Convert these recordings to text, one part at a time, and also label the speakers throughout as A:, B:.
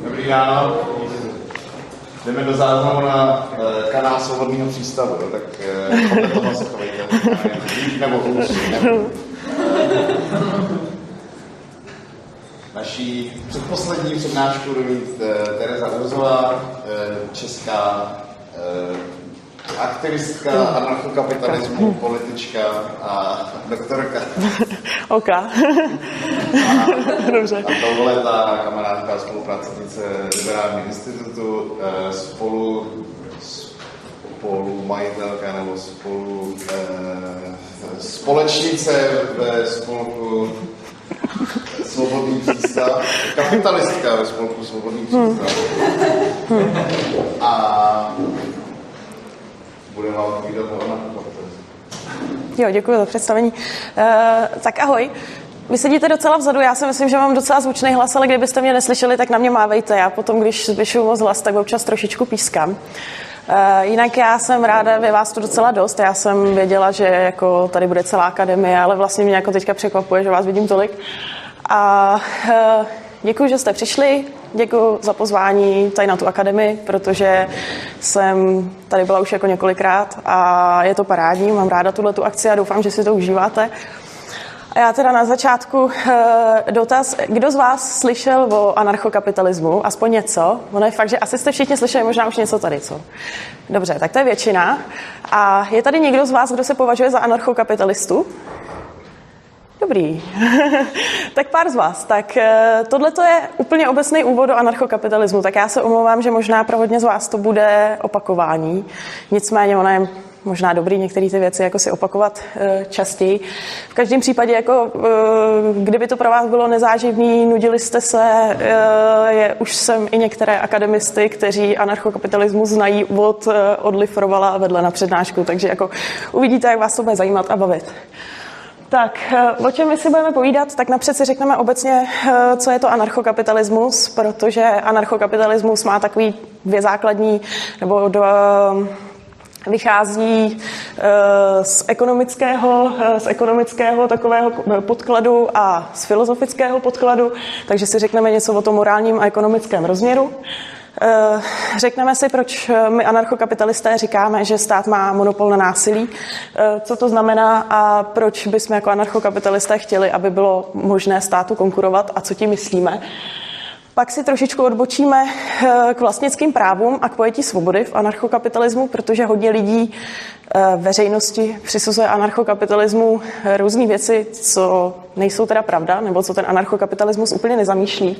A: Dobrý ráno. Jdeme do záznamu na kanál Svobodného přístavu, tak podle toho se chovejte. Nebo hůř. Naší předposlední přednášku bude mít Tereza Urzová, česká aktivistka anarchokapitalismu, politička a doktorka.
B: OK. Dobře.
A: A dlouholetá kamarádka a spolupracovnice Liberálního institutu, spolumajitelka nebo společnice ve spolku Svobodný přístav, kapitalistka ve spolku Svobodný přístav. A budeme vám povídat o anarchokapitalismu.
B: Jo, děkuji za představení. Tak ahoj. Vy sedíte docela vzadu, já si myslím, že mám docela zvučný hlas, ale kdybyste mě neslyšeli, tak na mě mávejte. Já potom, když zvyšuju moc hlas, tak občas trošičku pískám. Jinak já jsem ráda, je vás tu docela dost. Já jsem věděla, že jako tady bude celá akademie, ale vlastně mě jako teďka překvapuje, že vás vidím tolik. A děkuji, že jste přišli, děkuji za pozvání tady na tu akademii, protože jsem tady byla už jako několikrát a je to parádní, mám ráda tuhletu akci a doufám, že si to užíváte. A já teda na začátku dotaz, kdo z vás slyšel o anarchokapitalismu, aspoň něco? Ono je fakt, že asi jste všichni slyšeli možná už něco tady, co? Dobře, tak to je většina. A je tady někdo z vás, kdo se považuje za anarchokapitalistu? Dobrý. Tak pár z vás. Tak tohle je úplně obecný úvod do anarchokapitalismu, tak já se omlouvám, že možná pro hodně z vás to bude opakování. Nicméně ono je možná dobrý některé ty věci jako si opakovat častěji. V každém případě, jako, kdyby to pro vás bylo nezáživný, nudili jste se, už jsem i některé akademisty, kteří anarchokapitalismus znají odlifrovala vedle na přednášku, takže jako uvidíte, jak vás to bude zajímat a bavit. Tak, o čem my si budeme povídat, tak napřed si řekneme obecně, co je to anarchokapitalismus, protože anarchokapitalismus má takový dvě základní, nebo vychází z ekonomického takového podkladu a z filozofického podkladu, takže si řekneme něco o tom morálním a ekonomickém rozměru. Řekneme si, proč my anarchokapitalisté říkáme, že stát má monopol na násilí, co to znamená a proč bychom jako anarchokapitalisté chtěli, aby bylo možné státu konkurovat a co tím myslíme. Pak si trošičku odbočíme k vlastnickým právům a k pojetí svobody v anarchokapitalismu, protože hodně lidí veřejnosti přisuzuje anarchokapitalismu různé věci, co nejsou teda pravda, nebo co ten anarchokapitalismus úplně nezamýšlí.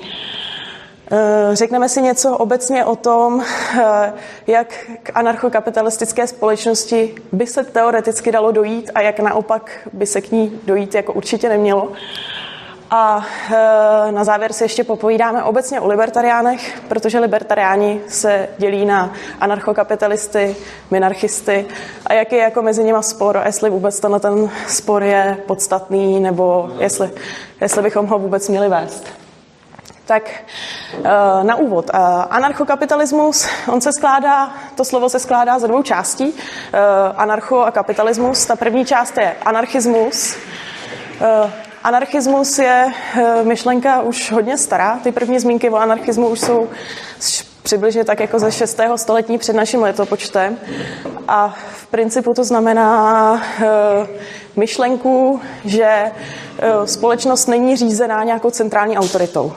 B: Řekneme si něco obecně o tom, jak k anarchokapitalistické společnosti by se teoreticky dalo dojít a jak naopak by se k ní dojít jako určitě nemělo. A na závěr si ještě popovídáme obecně o libertariánech, protože libertariáni se dělí na anarchokapitalisty, minarchisty a jaký je jako mezi nimi spor a jestli vůbec ten spor je podstatný nebo jestli bychom ho vůbec měli vést. Tak na úvod. Anarchokapitalismus, to slovo se skládá ze dvou částí. Anarcho a kapitalismus. Ta první část je anarchismus. Anarchismus je myšlenka už hodně stará. Ty první zmínky o anarchismu už jsou přibližně tak jako ze 6. století před naším letopočtem. A v principu to znamená myšlenku, že společnost není řízená nějakou centrální autoritou.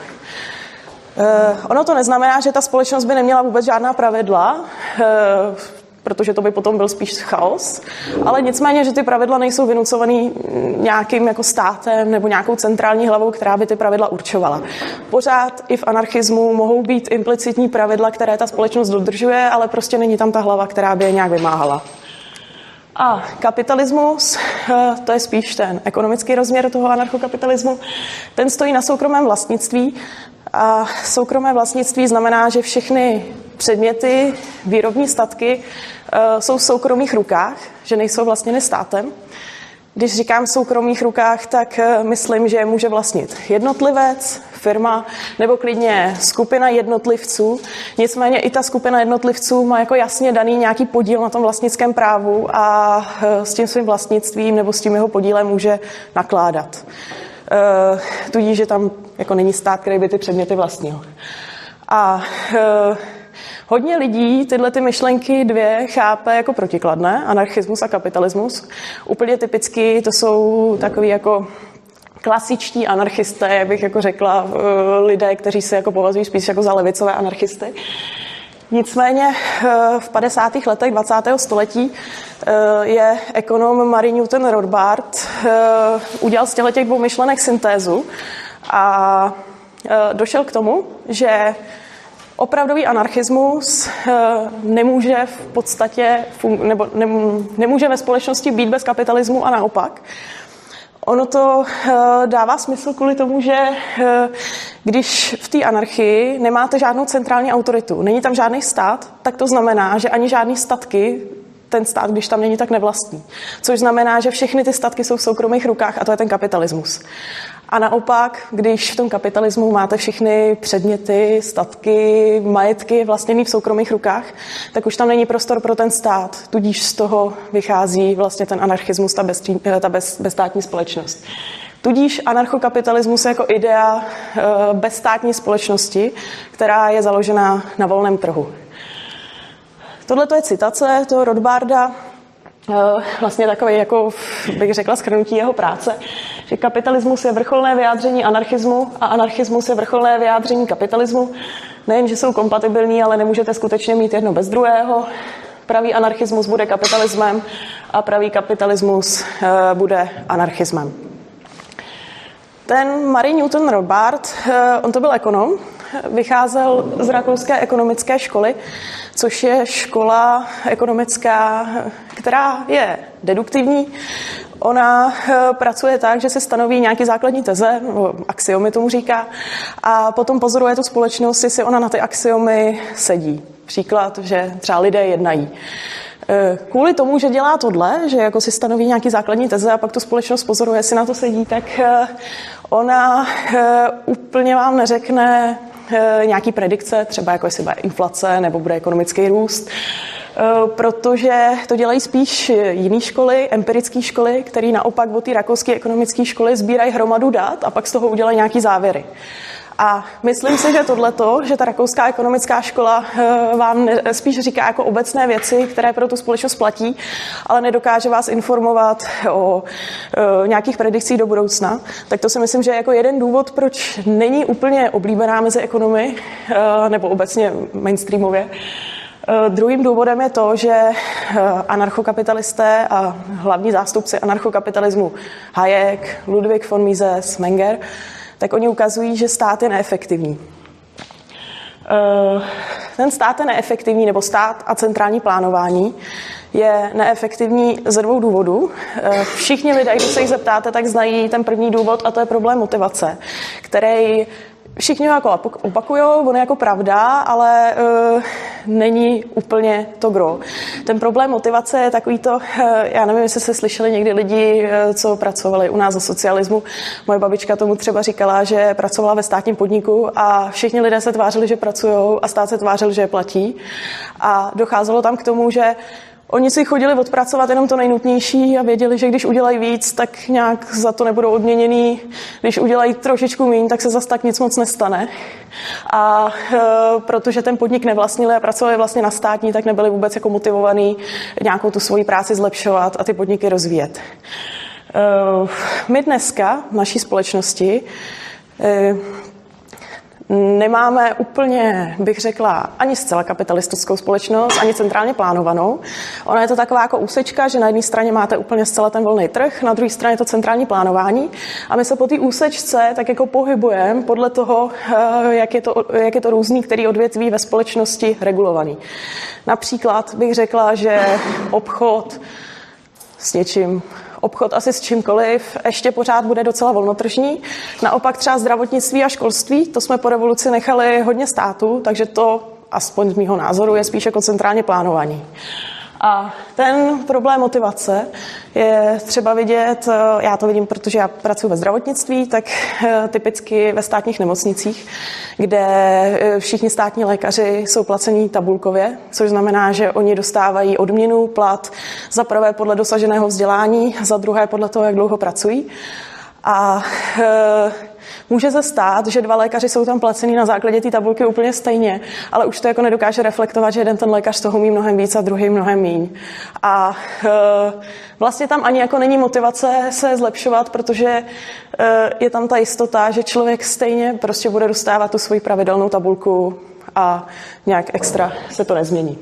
B: Ono to neznamená, že ta společnost by neměla vůbec žádná pravidla, protože to by potom byl spíš chaos, ale nicméně, že ty pravidla nejsou vynucovaný nějakým jako státem nebo nějakou centrální hlavou, která by ty pravidla určovala. Pořád i v anarchismu mohou být implicitní pravidla, které ta společnost dodržuje, ale prostě není tam ta hlava, která by je nějak vymáhala. A kapitalismus, to je spíš ten ekonomický rozměr toho anarchokapitalismu, ten stojí na soukromém vlastnictví. A soukromé vlastnictví znamená, že všechny předměty, výrobní statky jsou v soukromých rukách, že nejsou vlastněny státem. Když říkám v soukromých rukách, tak myslím, že může vlastnit jednotlivec, firma nebo klidně skupina jednotlivců. Nicméně i ta skupina jednotlivců má jako jasně daný nějaký podíl na tom vlastnickém právu a s tím svým vlastnictvím nebo s tím jeho podílem může nakládat. Tudíž, že tam jako není stát, který by ty předměty vlastnil. A hodně lidí tyhle ty myšlenky dvě chápe jako protikladné, anarchismus a kapitalismus. Úplně typicky to jsou takový jako klasičtí anarchisté, jak bych jako řekla, lidé, kteří se jako považují spíš jako za levicové anarchisty. Nicméně v 50. letech 20. století je ekonom Marie Newton Rothbard udělal z těch dvou myšlenek syntézu a došel k tomu, že opravdový anarchismus nemůže v podstatě nemůže ve společnosti být bez kapitalismu a naopak. Ono to dává smysl kvůli tomu, že když v té anarchii nemáte žádnou centrální autoritu, není tam žádný stát, tak to znamená, že ani žádný statky ten stát, když tam není, tak nevlastní. Což znamená, že všechny ty statky jsou v soukromých rukách a to je ten kapitalismus. A naopak, když v tom kapitalismu máte všechny předměty, statky, majetky vlastněný v soukromých rukách, tak už tam není prostor pro ten stát. Tudíž z toho vychází vlastně ten anarchismus, ta bezstátní společnost. Tudíž anarchokapitalismus je jako idea bezstátní společnosti, která je založená na volném trhu. Tohle je citace toho Rothbarda, vlastně takový, jako bych řekla, shrnutí jeho práce, že kapitalismus je vrcholné vyjádření anarchismu a anarchismus je vrcholné vyjádření kapitalismu. Nejen, že jsou kompatibilní, ale nemůžete skutečně mít jedno bez druhého. Pravý anarchismus bude kapitalismem a pravý kapitalismus bude anarchismem. Ten Marie Newton Rothbard, on to byl ekonom, vycházel z rakouské ekonomické školy, což je škola ekonomická, která je deduktivní. Ona pracuje tak, že se stanoví nějaké základní teze, axiomy tomu říká, a potom pozoruje tu společnost, jestli ona na ty axiomy sedí. Příklad, že třeba lidé jednají. Kvůli tomu, že dělá tohle, že jako si stanoví nějaký základní teze a pak tu společnost pozoruje, jestli na to sedí, tak ona úplně vám neřekne nějaký predikce, třeba jako jestli bude inflace nebo bude ekonomický růst, protože to dělají spíš jiné školy, empirické školy, které naopak od té rakouské ekonomické školy sbírají hromadu dat a pak z toho udělají nějaký závěry. A myslím si, že tohleto, že ta rakouská ekonomická škola vám spíš říká jako obecné věci, které pro tu společnost platí, ale nedokáže vás informovat o nějakých predikcích do budoucna, tak to si myslím, že je jako jeden důvod, proč není úplně oblíbená mezi ekonomy, nebo obecně mainstreamově. Druhým důvodem je to, že anarchokapitalisté a hlavní zástupci anarchokapitalismu Hayek, Ludwig von Mises, Menger, tak oni ukazují, že stát je neefektivní. Ten stát je neefektivní, nebo stát a centrální plánování je neefektivní ze dvou důvodů. Všichni lidé, když se jich zeptáte, tak znají ten první důvod a to je problém motivace, který všichni ho jako opakujou, on je jako pravda, ale není úplně to gro. Ten problém motivace je takový to, já nevím, jestli se slyšeli někdy lidi, co pracovali u nás za socialismu. Moje babička tomu třeba říkala, že pracovala ve státním podniku a všichni lidé se tvářili, že pracujou a stát se tvářil, že je platí. A docházelo tam k tomu, že oni si chodili odpracovat jenom to nejnutnější a věděli, že když udělají víc, tak nějak za to nebudou odměněný. Když udělají trošičku míň, tak se zas tak nic moc nestane. A protože ten podnik nevlastnili a pracovali vlastně na státní, tak nebyli vůbec jako motivovaní nějakou tu svoji práci zlepšovat a ty podniky rozvíjet. My dneska v naší společnosti nemáme úplně, bych řekla, ani zcela kapitalistickou společnost, ani centrálně plánovanou. Ona je to taková jako úsečka, že na jedné straně máte úplně zcela ten volný trh, na druhé straně to centrální plánování a my se po té úsečce tak jako pohybujeme podle toho, jak je to různý, který odvětví ve společnosti regulovaný. Například bych řekla, že obchod s něčím, obchod asi s čímkoliv, ještě pořád bude docela volnotržní. Naopak třeba zdravotnictví a školství, to jsme po revoluci nechali hodně státu, takže to, aspoň z mýho názoru, je spíš jako centrálně plánování. A ten problém motivace je třeba vidět, já to vidím, protože já pracuji ve zdravotnictví, tak typicky ve státních nemocnicích, kde všichni státní lékaři jsou placení tabulkově, což znamená, že oni dostávají odměnu, plat za prvé podle dosaženého vzdělání, za druhé podle toho, jak dlouho pracují. A může se stát, že 2 lékaři jsou tam placený na základě té tabulky úplně stejně, ale už to jako nedokáže reflektovat, že jeden ten lékař z toho umí mnohem víc a druhý mnohem míň. A vlastně tam ani jako není motivace se zlepšovat, protože je tam ta jistota, že člověk stejně prostě bude dostávat tu svoji pravidelnou tabulku a nějak extra se to nezmění.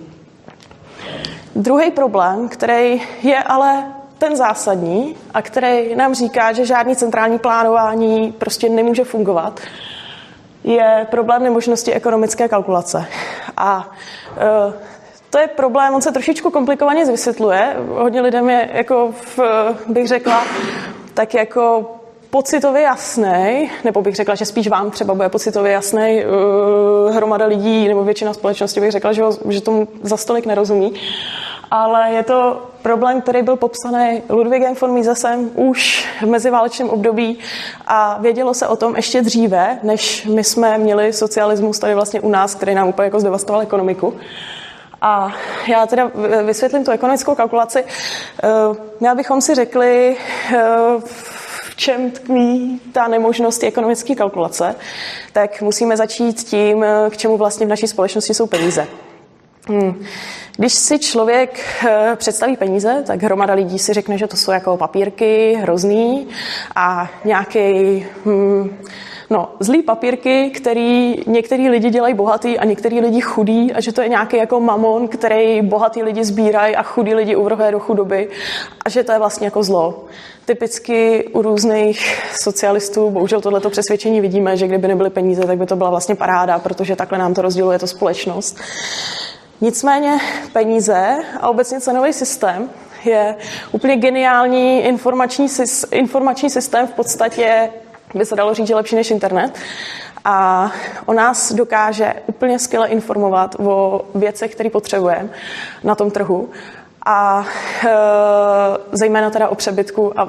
B: Druhý problém, který je ale ten zásadní a který nám říká, že žádný centrální plánování prostě nemůže fungovat, je problém nemožnosti ekonomické kalkulace. A to je problém, on se trošičku komplikovaně vysvětluje. Hodně lidem je, jako bych řekla, tak jako pocitově jasnej, nebo bych řekla, že spíš vám třeba bude pocitově jasnej, hromada lidí, nebo většina společnosti bych řekla, že tomu za stolik nerozumí. Ale je to problém, který byl popsaný Ludwigem von Misesem už v meziválečném období a vědělo se o tom ještě dříve, než my jsme měli socialismus tady vlastně u nás, který nám úplně jako zdevastoval ekonomiku. A já teda vysvětlím tu ekonomickou kalkulaci. Měla bychom si řekli, v čem tkví ta nemožnost ekonomické kalkulace, tak musíme začít tím, k čemu vlastně v naší společnosti jsou peníze. Když si člověk představí peníze, tak hromada lidí si řekne, že to jsou jako papírky hrozný a nějaký zlý papírky, který některý lidi dělají bohatý a některý lidi chudý a že to je nějaký jako mamon, který bohatý lidi sbírají a chudí lidi uvrhuje do chudoby a že to je vlastně jako zlo. Typicky u různých socialistů, bohužel tohleto přesvědčení vidíme, že kdyby nebyly peníze, tak by to byla vlastně paráda, protože takhle nám to rozděluje to společnost. Nicméně peníze a obecně cenový systém je úplně geniální informační systém, v podstatě by se dalo říct, že lepší než internet. A on nás dokáže úplně skvěle informovat o věcech, které potřebujeme na tom trhu. A zejména teda o přebytku a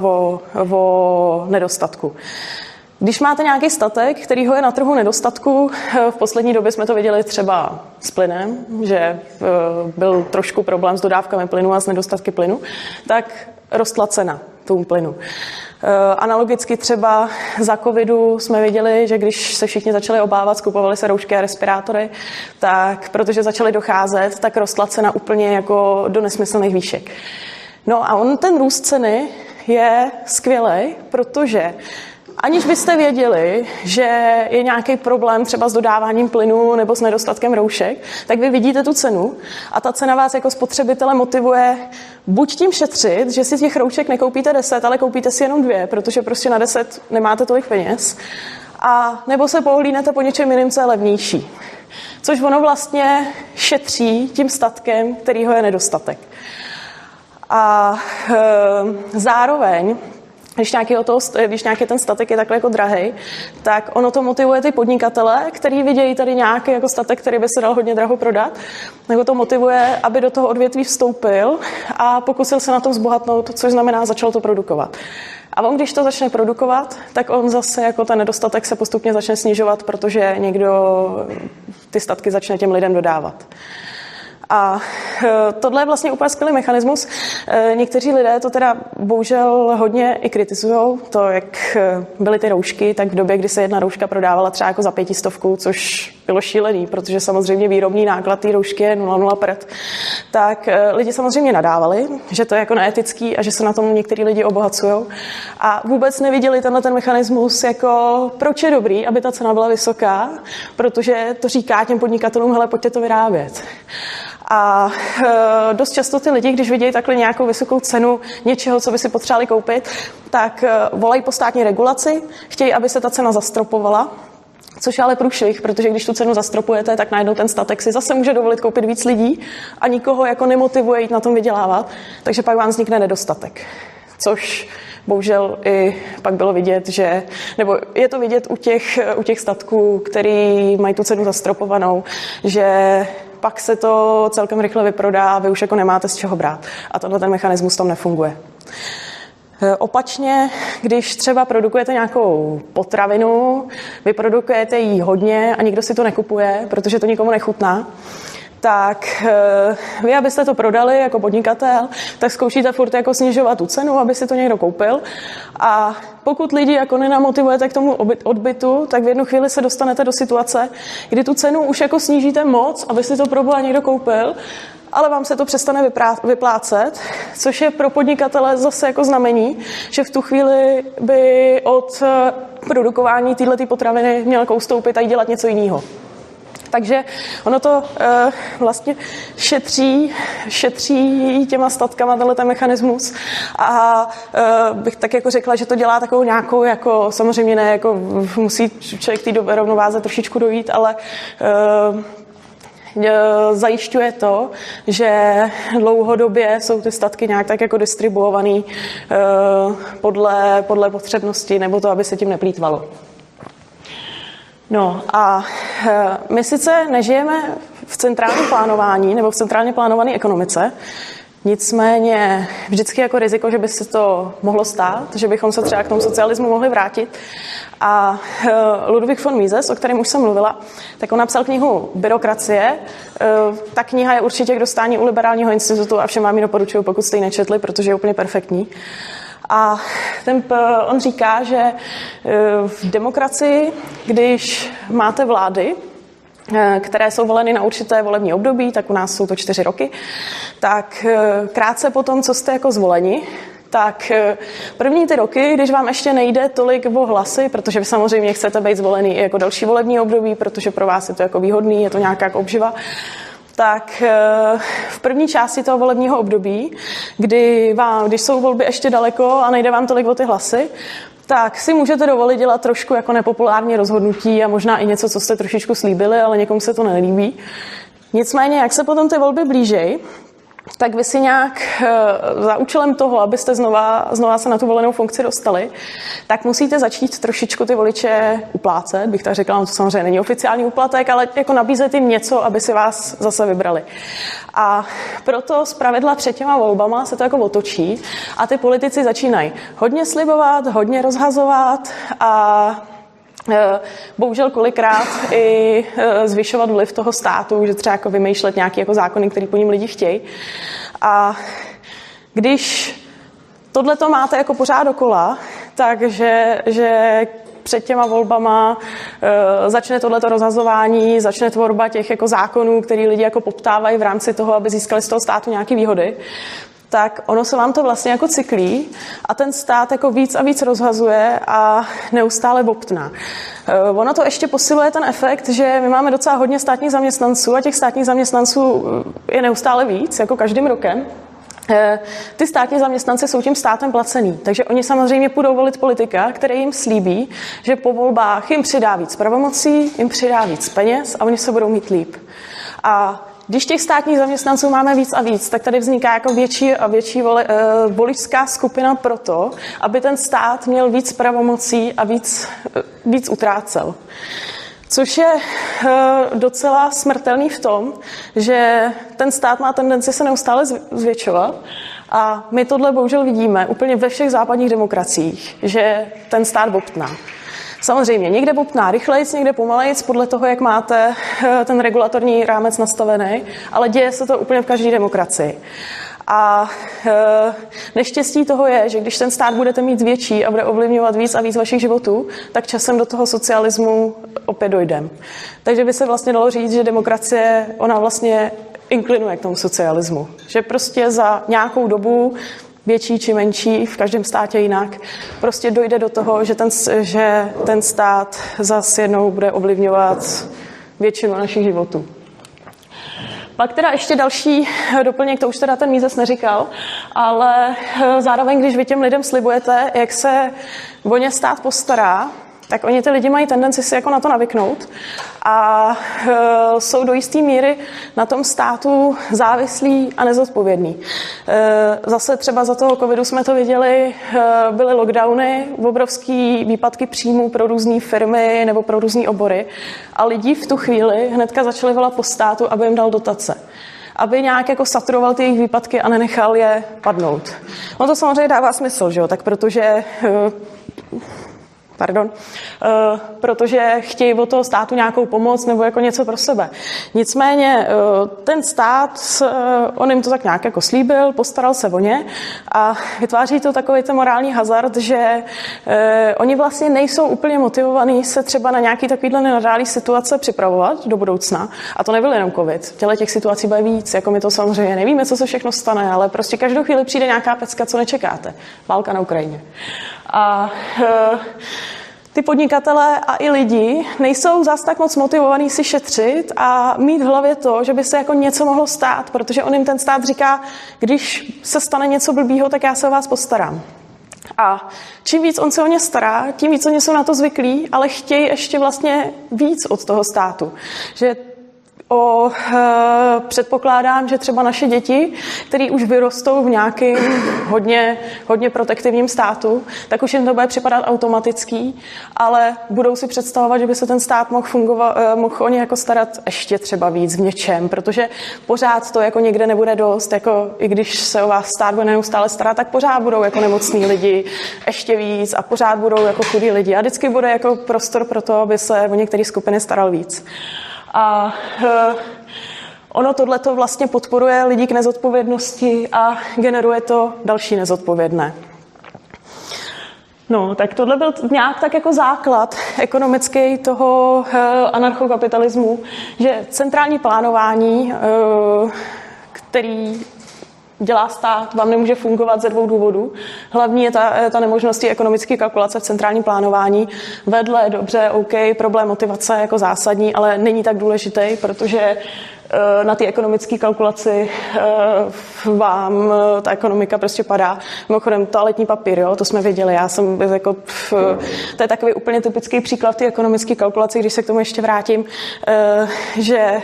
B: o nedostatku. Když máte nějaký statek, kterýho je na trhu nedostatku, v poslední době jsme to viděli třeba s plynem, že byl trošku problém s dodávkami plynu a s nedostatky plynu, tak rostla cena tomu plynu. Analogicky třeba za covidu jsme viděli, že když se všichni začali obávat, skupovali se roušky a respirátory, tak protože začaly docházet, tak rostla cena úplně jako do nesmyslných výšek. No a ten růst ceny je skvělý, protože aniž byste věděli, že je nějaký problém třeba s dodáváním plynu nebo s nedostatkem roušek, tak vy vidíte tu cenu a ta cena vás jako spotřebitele motivuje buď tím šetřit, že si těch roušek nekoupíte 10, ale koupíte si jenom 2, protože prostě na 10 nemáte tolik peněz, a nebo se pohlídnete po něčem jiným, co je levnější. Což ono vlastně šetří tím statkem, kterýho je nedostatek. A zároveň když nějaký ten statek je takhle jako drahej, tak ono to motivuje ty podnikatele, který vidějí tady nějaký jako statek, který by se dal hodně draho prodat, nebo to motivuje, aby do toho odvětví vstoupil a pokusil se na tom zbohatnout, což znamená, začal to produkovat. A on, když to začne produkovat, tak on zase jako ten nedostatek se postupně začne snižovat, protože někdo ty statky začne těm lidem dodávat. A tohle je vlastně úplně skvělý mechanismus. Někteří lidé to teda bohužel hodně i kritizujou. To, jak byly ty roušky, tak v době, kdy se jedna rouška prodávala třeba jako za 500, což bylo šílený, protože samozřejmě výrobní náklad té roušky je 0,0 prd, tak lidi samozřejmě nadávali, že to je jako neetický a že se na tom některý lidi obohacujou. A vůbec neviděli tenhle ten mechanismus, jako proč je dobrý, aby ta cena byla vysoká, protože to říká těm podnikatelům, hele, pojďte to vyrábět. A dost často ty lidi, když vidějí takhle nějakou vysokou cenu něčeho, co by si potřebovali koupit, tak volají po státní regulaci, chtějí, aby se ta cena zastropovala, což je ale průšvih, protože když tu cenu zastropujete, tak najednou ten statek si zase může dovolit koupit víc lidí a nikoho jako nemotivuje jít na tom vydělávat, takže pak vám vznikne nedostatek. Což bohužel i pak bylo vidět, nebo je to vidět u těch statků, který mají tu cenu zastropovanou, že pak se to celkem rychle vyprodá a vy už jako nemáte z čeho brát. A tenhle ten mechanismus tam nefunguje. Opačně, když třeba produkujete nějakou potravinu, vyprodukujete ji hodně a nikdo si to nekupuje, protože to nikomu nechutná, tak vy, abyste to prodali jako podnikatel, tak zkoušíte furt jako snižovat tu cenu, aby si to někdo koupil. A pokud lidi jako nenamotivujete k tomu odbytu, tak v jednu chvíli se dostanete do situace, kdy tu cenu už jako snížíte moc, aby si to proboha někdo koupil, ale vám se to přestane vyplácet, což je pro podnikatele zase jako znamení, že v tu chvíli by od produkování této potraviny měl ustoupit a jít dělat něco jiného. Takže ono to vlastně šetří těma statkama tenhle mechanismus a bych tak jako řekla, že to dělá takovou nějakou, jako samozřejmě ne, jako musí člověk té rovnováze trošičku dojít, ale zajišťuje to, že dlouhodobě jsou ty statky nějak tak jako distribuovaný podle potřebnosti nebo to, aby se tím neplýtvalo. No a my sice nežijeme v centrálním plánování nebo v centrálně plánované ekonomice, nicméně vždycky jako riziko, že by se to mohlo stát, že bychom se třeba k tomu socialismu mohli vrátit. A Ludwig von Mises, o kterém už jsem mluvila, tak on napsal knihu Byrokracie. Ta kniha je určitě k dostání u Liberálního institutu a všem vám ji doporučuju, pokud jste ji nečetli, protože je úplně perfektní. A on říká, že v demokracii, když máte vlády, které jsou voleny na určité volební období, tak u nás jsou to 4 roky, tak krátce po tom, co jste jako zvoleni, tak první ty roky, když vám ještě nejde tolik o hlasy, protože vy samozřejmě chcete být zvolený i jako další volební období, protože pro vás je to jako výhodný, je to nějaká jako obživa, tak v první části toho volebního období, když jsou volby ještě daleko a nejde vám tolik o ty hlasy, tak si můžete dovolit dělat trošku jako nepopulární rozhodnutí a možná i něco, co jste trošičku slíbili, ale někomu se to nelíbí. Nicméně, jak se potom ty volby blížejí, tak vy si nějak za účelem toho, abyste znova se na tu volenou funkci dostali, tak musíte začít trošičku ty voliče uplácet, bych tak řekla, to samozřejmě není oficiální úplatek, ale jako nabízet jim něco, aby si vás zase vybrali. A proto zpravidla před těma volbama se to jako otočí a ty politici začínají hodně slibovat, hodně rozhazovat a bohužel kolikrát i zvyšovat vliv toho státu, že třeba jako vymýšlet nějaké jako zákony, které po ním lidi chtějí. A když tohleto máte jako pořád dokola, takže před těma volbama začne tohleto rozhazování, začne tvorba těch jako zákonů, který lidi jako poptávají v rámci toho, aby získali z toho státu nějaké výhody, tak ono se vám to vlastně jako cyklí a ten stát jako víc a víc rozhazuje a neustále bobtná. Ono to ještě posiluje ten efekt, že my máme docela hodně státních zaměstnanců a těch státních zaměstnanců je neustále víc, jako každým rokem. Ty státní zaměstnanci jsou tím státem placený, takže oni samozřejmě půjdou volit politika, který jim slíbí, že po volbách jim přidá víc pravomocí, jim přidá víc peněz a oni se budou mít líp. A když těch státních zaměstnanců máme víc a víc, tak tady vzniká jako větší a větší voličská skupina proto, aby ten stát měl víc pravomocí a víc utrácel. Což je docela smrtelný v tom, že ten stát má tendenci se neustále zvětšovat a my tohle bohužel vidíme úplně ve všech západních demokraciích, že ten stát bobtná. Samozřejmě, někde bobtná rychlejc, někde pomalejc, podle toho, jak máte ten regulatorní rámec nastavený, ale děje se to úplně v každé demokracii. A neštěstí toho je, že když ten stát budete mít větší a bude ovlivňovat víc a víc vašich životů, tak časem do toho socialismu opět dojdeme. Takže by se vlastně dalo říct, že demokracie, ona vlastně inklinuje k tomu socialismu. Že prostě za nějakou dobu, větší či menší, v každém státě jinak, prostě dojde do toho, že ten stát zase jednou bude ovlivňovat většinu našich životů. Pak teda ještě další doplněk, to už teda ten Mises neříkal, ale zároveň, když vy těm lidem slibujete, jak se o ně stát postará, tak oni ty lidi mají tendenci si jako na to navyknout a jsou do jisté míry na tom státu závislí a nezodpovědní. Zase třeba za toho covidu jsme to viděli, byly lockdowny, obrovský výpadky příjmů pro různé firmy nebo pro různé obory a lidi v tu chvíli hnedka začali volat po státu, aby jim dal dotace. Aby nějak jako saturoval ty jejich výpadky a nenechal je padnout. No to samozřejmě dává smysl, že jo? Tak protože protože chtějí od toho státu nějakou pomoc nebo jako něco pro sebe. Nicméně ten stát, on jim to tak nějak jako slíbil, postaral se o ně a vytváří to takový ten morální hazard, že oni vlastně nejsou úplně motivovaní se třeba na nějaký takovýhle nenadálý situace připravovat do budoucna. A to nebyl jenom covid. Těch situací bude víc, jako my to samozřejmě nevíme, co se všechno stane, ale prostě každou chvíli přijde nějaká pecka, co nečekáte. Válka na Ukrajině. A ty podnikatelé a i lidi nejsou zas tak moc motivovaní si šetřit a mít v hlavě to, že by se jako něco mohlo stát, protože on jim ten stát říká, když se stane něco blbýho, tak já se o vás postarám. A čím víc on se o ně stará, tím víc oni jsou na to zvyklí, ale chtějí ještě vlastně víc od toho státu. Že předpokládám, že třeba naše děti, které už vyrostou v nějakém hodně protektivním státu, tak už jim to bude připadat automatický, ale budou si představovat, že by se ten stát mohl o ně jako starat ještě třeba víc v něčem, protože pořád to jako někde nebude dost, jako i když se o vás stát bude neustále starat, tak pořád budou jako nemocní lidi ještě víc a pořád budou jako chudí lidi a vždycky bude jako prostor pro to, aby se o některé skupiny staral víc. A ono tohleto vlastně podporuje lidi k nezodpovědnosti a generuje to další nezodpovědné. No, tak tohle byl nějak tak jako základ ekonomický toho anarchokapitalismu, že centrální plánování, který dělá stát, vám nemůže fungovat ze 2 důvodů. Hlavní je ta nemožnost ekonomické kalkulace v centrálním plánování. Vedle, dobře, OK, problém motivace jako zásadní, ale není tak důležitý, protože na té ekonomické kalkulaci vám ta ekonomika prostě padá. Mimochodem, toaletní papír, jo, to jsme věděli. Já jsem jako, to je takový úplně typický příklad té ekonomické kalkulace, když se k tomu ještě vrátím, že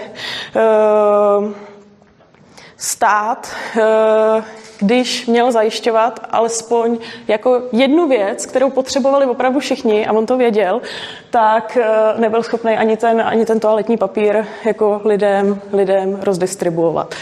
B: stát, když měl zajišťovat alespoň jako jednu věc, kterou potřebovali opravdu všichni, a on to věděl, tak nebyl schopný ani ten toaletní papír jako lidem rozdistribuovat.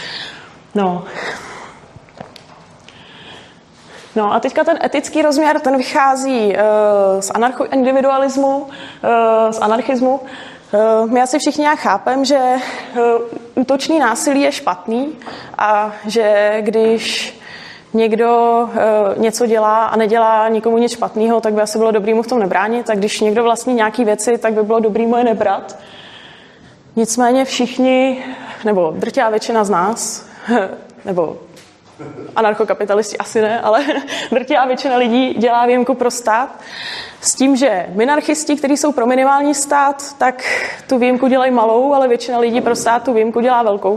B: No a teďka ten etický rozměr, ten vychází z anarchoindividualismu, z anarchismu. My asi všichni nějak chápem, že útočný násilí je špatný a že když někdo něco dělá a nedělá nikomu nic špatného, tak by asi bylo dobrý mu v tom nebránit. A když někdo vlastní nějaký věci, tak by bylo dobrý mu je nebrat. Nicméně všichni, nebo drtivá většina z nás, nebo anarchokapitalisti asi ne, ale drtivá většina lidí dělá výjimku pro stát s tím, že minarchisti, kteří jsou pro minimální stát, tak tu výjimku dělají malou, ale většina lidí pro stát tu výjimku dělá velkou.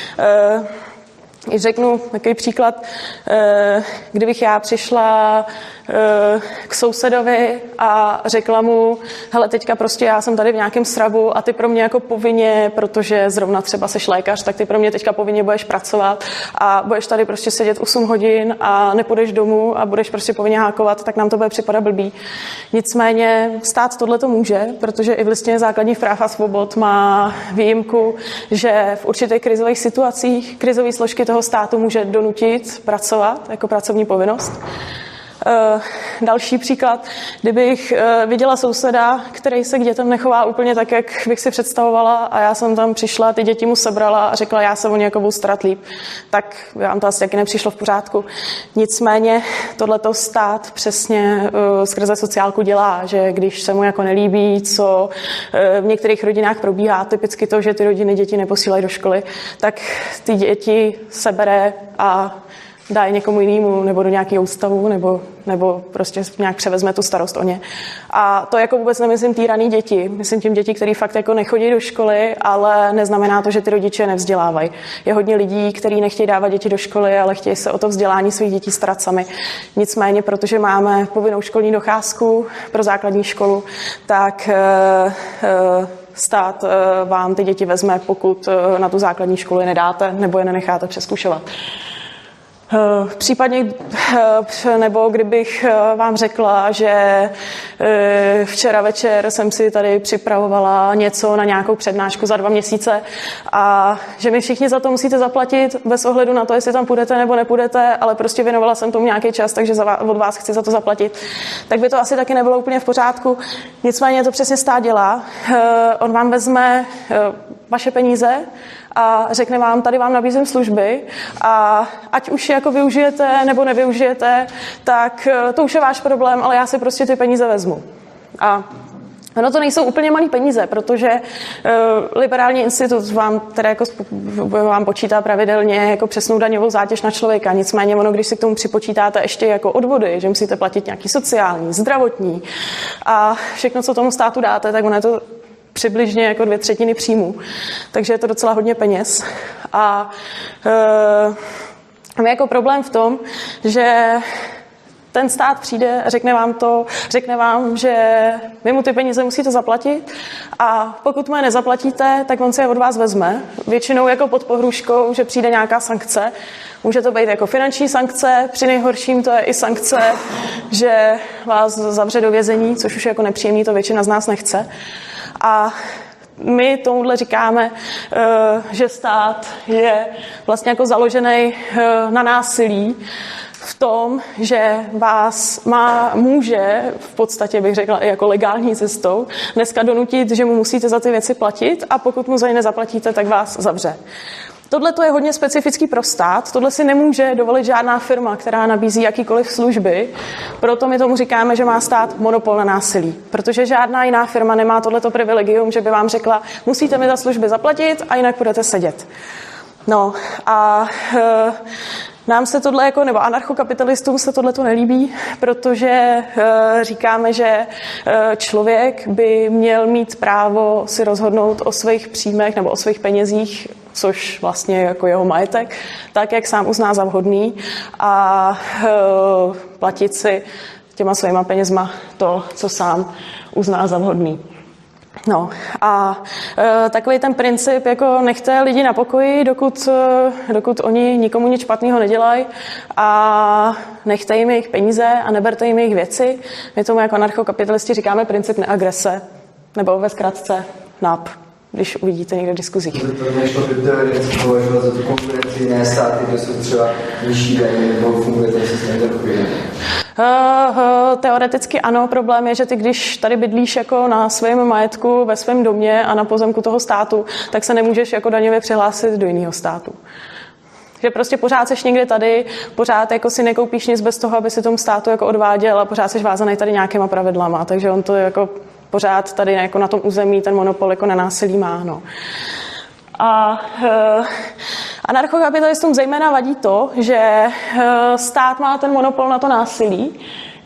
B: Když řeknu takový příklad, kdybych já přišla k sousedovi a řekla mu, hele, teďka prostě já jsem tady v nějakém srabu a ty pro mě jako povinně, protože zrovna třeba seš lékař, tak ty pro mě teďka povinně budeš pracovat a budeš tady prostě sedět 8 hodin a nepůjdeš domů a budeš prostě povinně hákovat, tak nám to bude připadat blbý. Nicméně stát tohleto může, protože i v listině základních práv a svobod má výjimku, že v určitých krizových situacích krizové složky toho státu může donutit pracovat jako pracovní povinnost. Další příklad, kdybych viděla souseda, který se k dětem nechová úplně tak, jak bych si představovala a já jsem tam přišla, ty děti mu sebrala a řekla, já se o ně jako budu starat líp, tak vám to asi taky nepřišlo v pořádku. Nicméně tohleto stát přesně skrze sociálku dělá, že když se mu jako nelíbí, co v některých rodinách probíhá, typicky to, že ty rodiny děti neposílají do školy, tak ty děti sebere a dá je někomu jinému, nebo do nějakého ústavu, nebo prostě nějak převezme tu starost o ně. A to jako vůbec nemyslím týraný děti. Myslím tím děti, který fakt jako nechodí do školy, ale neznamená to, že ty rodiče nevzdělávají. Je hodně lidí, kteří nechtějí dávat děti do školy, ale chtějí se o to vzdělání svých dětí starat sami. Nicméně, protože máme povinnou školní docházku pro základní školu, tak stát vám ty děti vezme, pokud na tu základní školu je nedáte, nebo je nenecháte přezkušovat. Případně, nebo kdybych vám řekla, že včera večer jsem si tady připravovala něco na nějakou přednášku za 2 měsíce a že mi všichni za to musíte zaplatit bez ohledu na to, jestli tam půjdete nebo nepůjdete, ale prostě věnovala jsem tomu nějaký čas, takže od vás chci za to zaplatit, tak by to asi taky nebylo úplně v pořádku. Nicméně to přesně stát dělá. On vám vezme vaše peníze a řekne vám, tady vám nabízím služby a ať už je jako využijete nebo nevyužijete, tak to už je váš problém, ale já si prostě ty peníze vezmu. A ono to nejsou úplně malý peníze, protože Liberální institut vám teda jako vám počítá pravidelně jako přesnou daňovou zátěž na člověka. Nicméně ono, když si k tomu připočítáte ještě jako odvody, že musíte platit nějaký sociální, zdravotní a všechno, co tomu státu dáte, tak ono je to přibližně jako 2/3 příjmu. Takže je to docela hodně peněz. A je jako problém v tom, že ten stát přijde a řekne vám, že vy mu ty peníze musíte zaplatit a pokud mu je nezaplatíte, tak on si je od vás vezme. Většinou jako pod pohrůžkou, že přijde nějaká sankce. Může to být jako finanční sankce, při nejhorším to je i sankce, že vás zavře do vězení, což už je jako nepříjemný, to většina z nás nechce. A my tomuhle říkáme, že stát je vlastně jako založený na násilí v tom, že vás může, v podstatě bych řekla i jako legální cestou, dneska donutit, že mu musíte za ty věci platit a pokud mu za ně nezaplatíte, tak vás zavře. Tohle to je hodně specifický pro stát, tohle si nemůže dovolit žádná firma, která nabízí jakýkoliv služby, proto my tomu říkáme, že má stát monopol na násilí, protože žádná jiná firma nemá tohleto privilegium, že by vám řekla, musíte mi za služby zaplatit a jinak budete sedět. No a nám se tohle jako, nebo anarchokapitalistům se tohle to nelíbí, protože říkáme, že člověk by měl mít právo si rozhodnout o svých příjmech nebo o svých penězích, což vlastně jako jeho majetek, tak, jak sám uzná za vhodný a platit si těma svýma penězma to, co sám uzná za vhodný. No a takový ten princip, jako nechte lidi na pokoji, dokud oni nikomu nic špatného nedělají a nechte jim jejich peníze a neberte jim jejich věci. My tomu jako anarchokapitalisti říkáme princip neagrese, nebo ve zkratce NAP, když uvidíte někde v diskuzích.
C: To nešlo by teoreticky považovat za tu konkurenci jiné státy, kde jsou třeba nižší daně nebo funguje ten systém takový?
B: Teoreticky ano, problém je, že ty, když tady bydlíš jako na svém majetku, ve svém domě a na pozemku toho státu, tak se nemůžeš jako daňově přihlásit do jiného státu. Že prostě pořád seš někde tady, pořád jako si nekoupíš nic bez toho, aby si tomu státu jako odváděl a pořád seš vázaný tady nějakýma pravidlama, takže on to jako pořád tady jako na tom území ten monopol jako na násilí má. No. A anarchokapitalistům zejména vadí to, že stát má ten monopol na to násilí,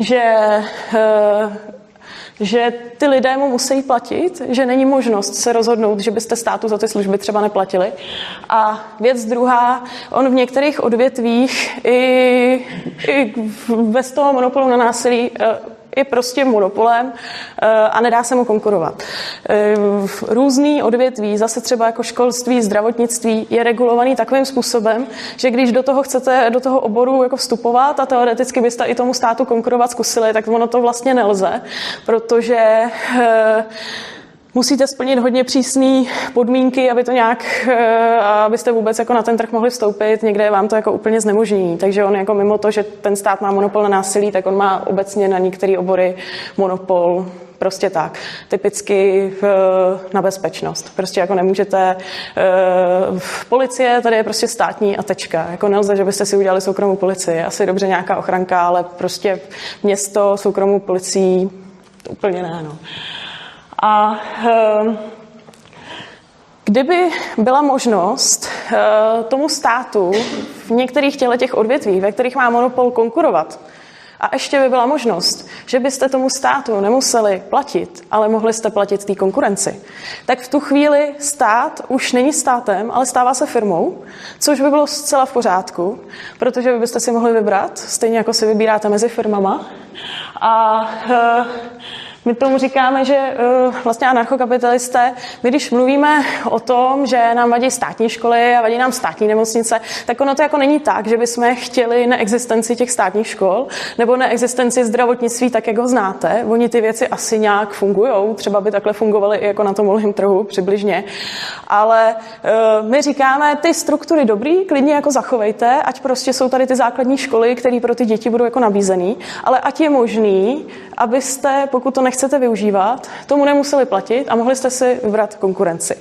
B: že ty lidé mu musí platit, že není možnost se rozhodnout, že byste státu za ty služby třeba neplatili. A věc druhá, on v některých odvětvích i bez toho monopolu na násilí je prostě monopolem a nedá se mu konkurovat. Různý odvětví, zase třeba jako školství, zdravotnictví, je regulovaný takovým způsobem, že když do toho chcete, do toho oboru jako vstupovat a teoreticky byste i tomu státu konkurovat zkusili, tak ono to vlastně nelze, protože musíte splnit hodně přísné podmínky, aby to nějak, abyste vůbec jako na ten trh mohli vstoupit. Někde je vám to jako úplně znemožnění. Takže on jako mimo to, že ten stát má monopol na násilí, tak on má obecně na některé obory monopol. Prostě tak. Typicky na bezpečnost. Prostě jako nemůžete policie, tady je prostě státní a tečka. Jako nelze, že byste si udělali soukromou policii. Asi dobře nějaká ochranka, ale prostě město soukromou policií to úplně ne, no. A kdyby byla možnost tomu státu v některých těch odvětvích, ve kterých má monopol, konkurovat, a ještě by byla možnost, že byste tomu státu nemuseli platit, ale mohli jste platit té konkurenci, tak v tu chvíli stát už není státem, ale stává se firmou, což by bylo zcela v pořádku, protože vy byste si mohli vybrat, stejně jako si vybíráte mezi firmama. A My tomu říkáme, že vlastně anarchokapitalisté, my když mluvíme o tom, že nám vadí státní školy a vadí nám státní nemocnice, tak ono to jako není tak, že bychom chtěli neexistenci těch státních škol nebo neexistenci zdravotnictví tak, jak ho znáte. Oni ty věci asi nějak fungujou, třeba by takhle fungovaly i jako na tom volném trhu přibližně. Ale my říkáme, ty struktury dobrý, klidně jako zachovejte, ať prostě jsou tady ty základní školy, které pro ty děti budou jako nabízený, ale ať je možný, abyste, pokud to nechcete využívat, tomu nemuseli platit a mohli jste si vybrat konkurenci.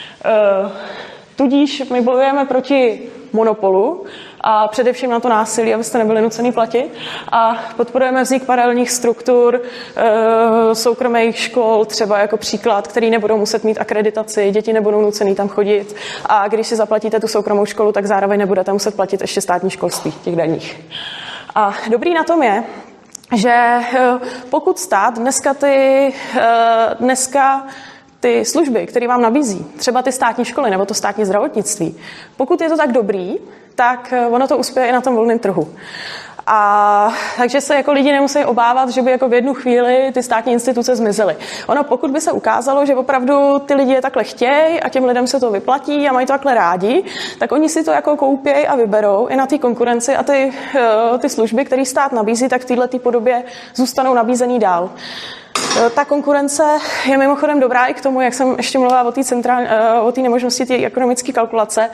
B: Tudíž my bojujeme proti monopolu a především na to násilí, abyste nebyli nucený platit a podporujeme vznik paralelních struktur soukromých škol, třeba jako příklad, který nebudou muset mít akreditaci, děti nebudou nucený tam chodit a když si zaplatíte tu soukromou školu, tak zároveň nebudete muset platit ještě státní školství těch daních. A dobrý na tom je, že pokud stát dneska ty služby, které vám nabízí, třeba ty státní školy nebo to státní zdravotnictví, pokud je to tak dobrý, tak ono to uspěje i na tom volném trhu. A takže se jako lidi nemusí obávat, že by jako v jednu chvíli ty státní instituce zmizely. Ono, pokud by se ukázalo, že opravdu ty lidi je takhle chtějí a těm lidem se to vyplatí a mají to takhle rádi, tak oni si to jako koupějí a vyberou i na té konkurenci a ty služby, které stát nabízí, tak v této podobě zůstanou nabízený dál. Ta konkurence je mimochodem dobrá i k tomu, jak jsem ještě mluvila o té nemožnosti té ekonomické kalkulace,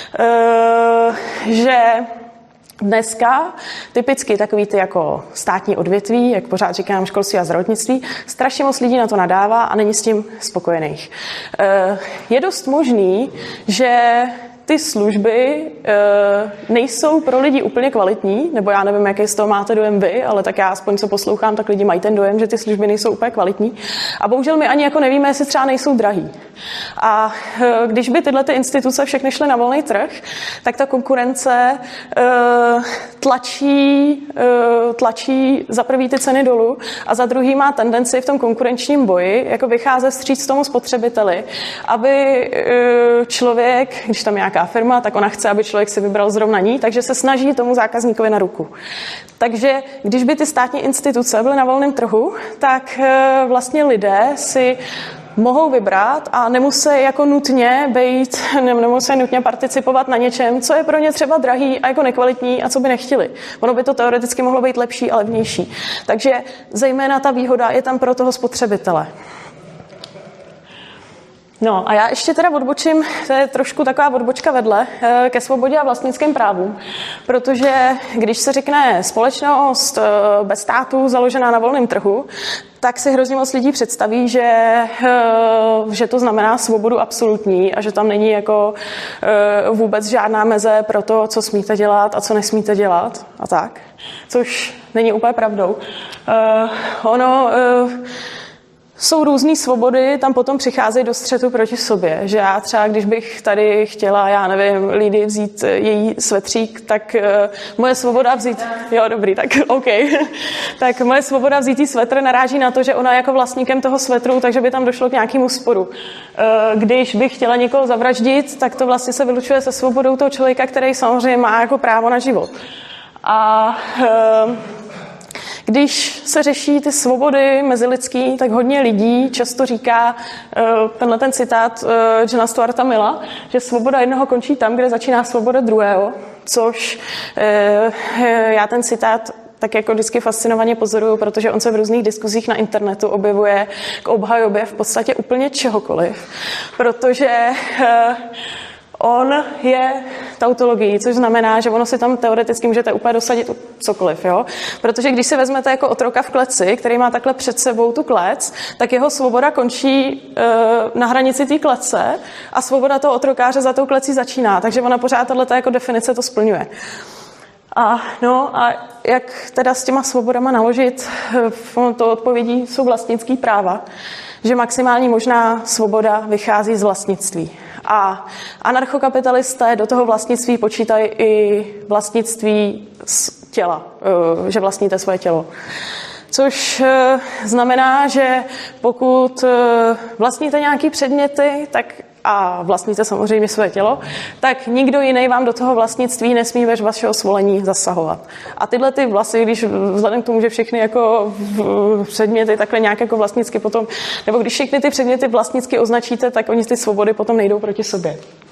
B: že dneska typicky takový ty jako státní odvětví, jak pořád říkám školství a zdravotnictví, strašně moc lidí na to nadává a není s tím spokojených. Je dost možný, že ty služby nejsou pro lidi úplně kvalitní, nebo já nevím, jaký z toho máte dojem vy, ale tak já aspoň co poslouchám, tak lidi mají ten dojem, že ty služby nejsou úplně kvalitní. A bohužel my ani jako nevíme, jestli třeba nejsou drahý. A když by tyhle ty instituce všechny šly na volný trh, tak ta konkurence tlačí za prvý ty ceny dolů a za druhý má tendenci v tom konkurenčním boji jako vycházet vstříc tomu spotřebiteli, aby člověk, když tam je nějaká firma, tak ona chce, aby člověk si vybral zrovna ní, takže se snaží tomu zákazníkovi na ruku. Takže když by ty státní instituce byly na volném trhu, tak vlastně lidé si mohou vybrat a nemusí jako nemusí nutně participovat na něčem, co je pro ně třeba drahý a jako nekvalitní a co by nechtěli. Ono by to teoreticky mohlo být lepší a levnější. Takže zejména ta výhoda je tam pro toho spotřebitele. No a já ještě teda odbočím, to je trošku taková odbočka vedle, ke svobodě a vlastnickým právům, protože když se řekne společnost bez státu založená na volném trhu, tak si hrozně moc lidí představí, že to znamená svobodu absolutní a že tam není jako vůbec žádná meze pro to, co smíte dělat a co nesmíte dělat a tak, což není úplně pravdou. Jsou různé svobody, tam potom přicházejí do střetu proti sobě, že já třeba, když bych tady chtěla, já nevím, Lídy vzít její svetřík, tak moje svoboda vzít, jo dobrý, tak OK, tak moje svoboda vzít jí svetr naráží na to, že ona je jako vlastníkem toho svetru, takže by tam došlo k nějakému sporu. Když bych chtěla někoho zavraždit, tak to vlastně se vylučuje se svobodou toho člověka, který samozřejmě má jako právo na život. A když se řeší ty svobody mezilidský, tak hodně lidí často říká tenhle ten citát Johna Stuarta Milla, že svoboda jednoho končí tam, kde začíná svoboda druhého, což já ten citát tak jako vždycky fascinovaně pozoruju, protože on se v různých diskuzích na internetu objevuje k obhajobě v podstatě úplně čehokoliv, protože on je tautologií, což znamená, že ono si tam teoreticky můžete úplně dosadit cokoliv, jo? Protože když si vezmete jako otroka v kleci, který má takhle před sebou tu klec, tak jeho svoboda končí na hranici té klece a svoboda toho otrokáře za tou klecí začíná, takže ona pořád tato jako definice to splňuje. A jak teda s těma svobodama naložit, to odpovědí jsou vlastnický práva, že maximální možná svoboda vychází z vlastnictví. A anarchokapitalisté do toho vlastnictví počítají i vlastnictví z těla, že vlastníte svoje tělo. Což znamená, že pokud vlastníte nějaký předměty, tak a vlastníte samozřejmě své tělo, tak nikdo jiný vám do toho vlastnictví nesmí bez vašeho svolení zasahovat. A tyhle ty vlasy, když vzhledem k tomu, že všechny jako předměty takhle nějak jako vlastnicky potom, nebo když všechny ty předměty vlastnicky označíte, tak oni ty svobody potom nejdou proti sobě.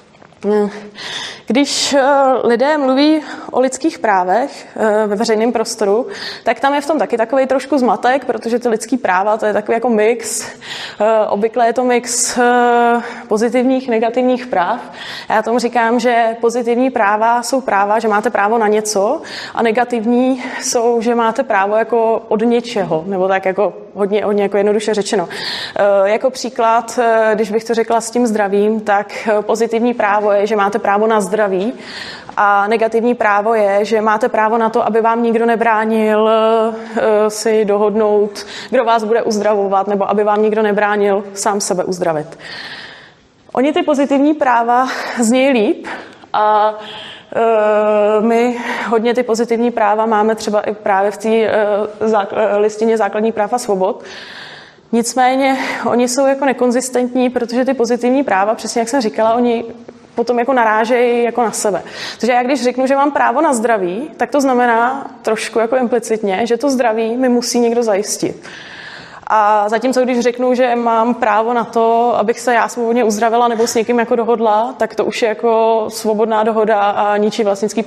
B: Když lidé mluví o lidských právech ve veřejném prostoru, tak tam je v tom taky takový trošku zmatek, protože ty lidský práva, to je takový jako mix. Obvykle je to mix pozitivních, negativních práv. Já tomu říkám, že pozitivní práva jsou práva, že máte právo na něco a negativní jsou, že máte právo jako od něčeho, nebo tak jako hodně jako jednoduše řečeno. Jako příklad, když bych to řekla s tím zdravím, tak pozitivní právo je, že máte právo na zdraví a negativní právo je, že máte právo na to, aby vám nikdo nebránil si dohodnout, kdo vás bude uzdravovat, nebo aby vám nikdo nebránil sám sebe uzdravit. Oni ty pozitivní práva znějí líp a my hodně ty pozitivní práva máme třeba i právě v té listině základních práv a svobod. Nicméně oni jsou jako nekonzistentní, protože ty pozitivní práva, přesně jak jsem říkala, oni potom jako narážejí jako na sebe. Takže já když řeknu, že mám právo na zdraví, tak to znamená trošku jako implicitně, že to zdraví mi musí někdo zajistit. A zatímco když řeknu, že mám právo na to, abych se já svobodně uzdravila nebo s někým jako dohodla, tak to už je jako svobodná dohoda a ničí vlastnický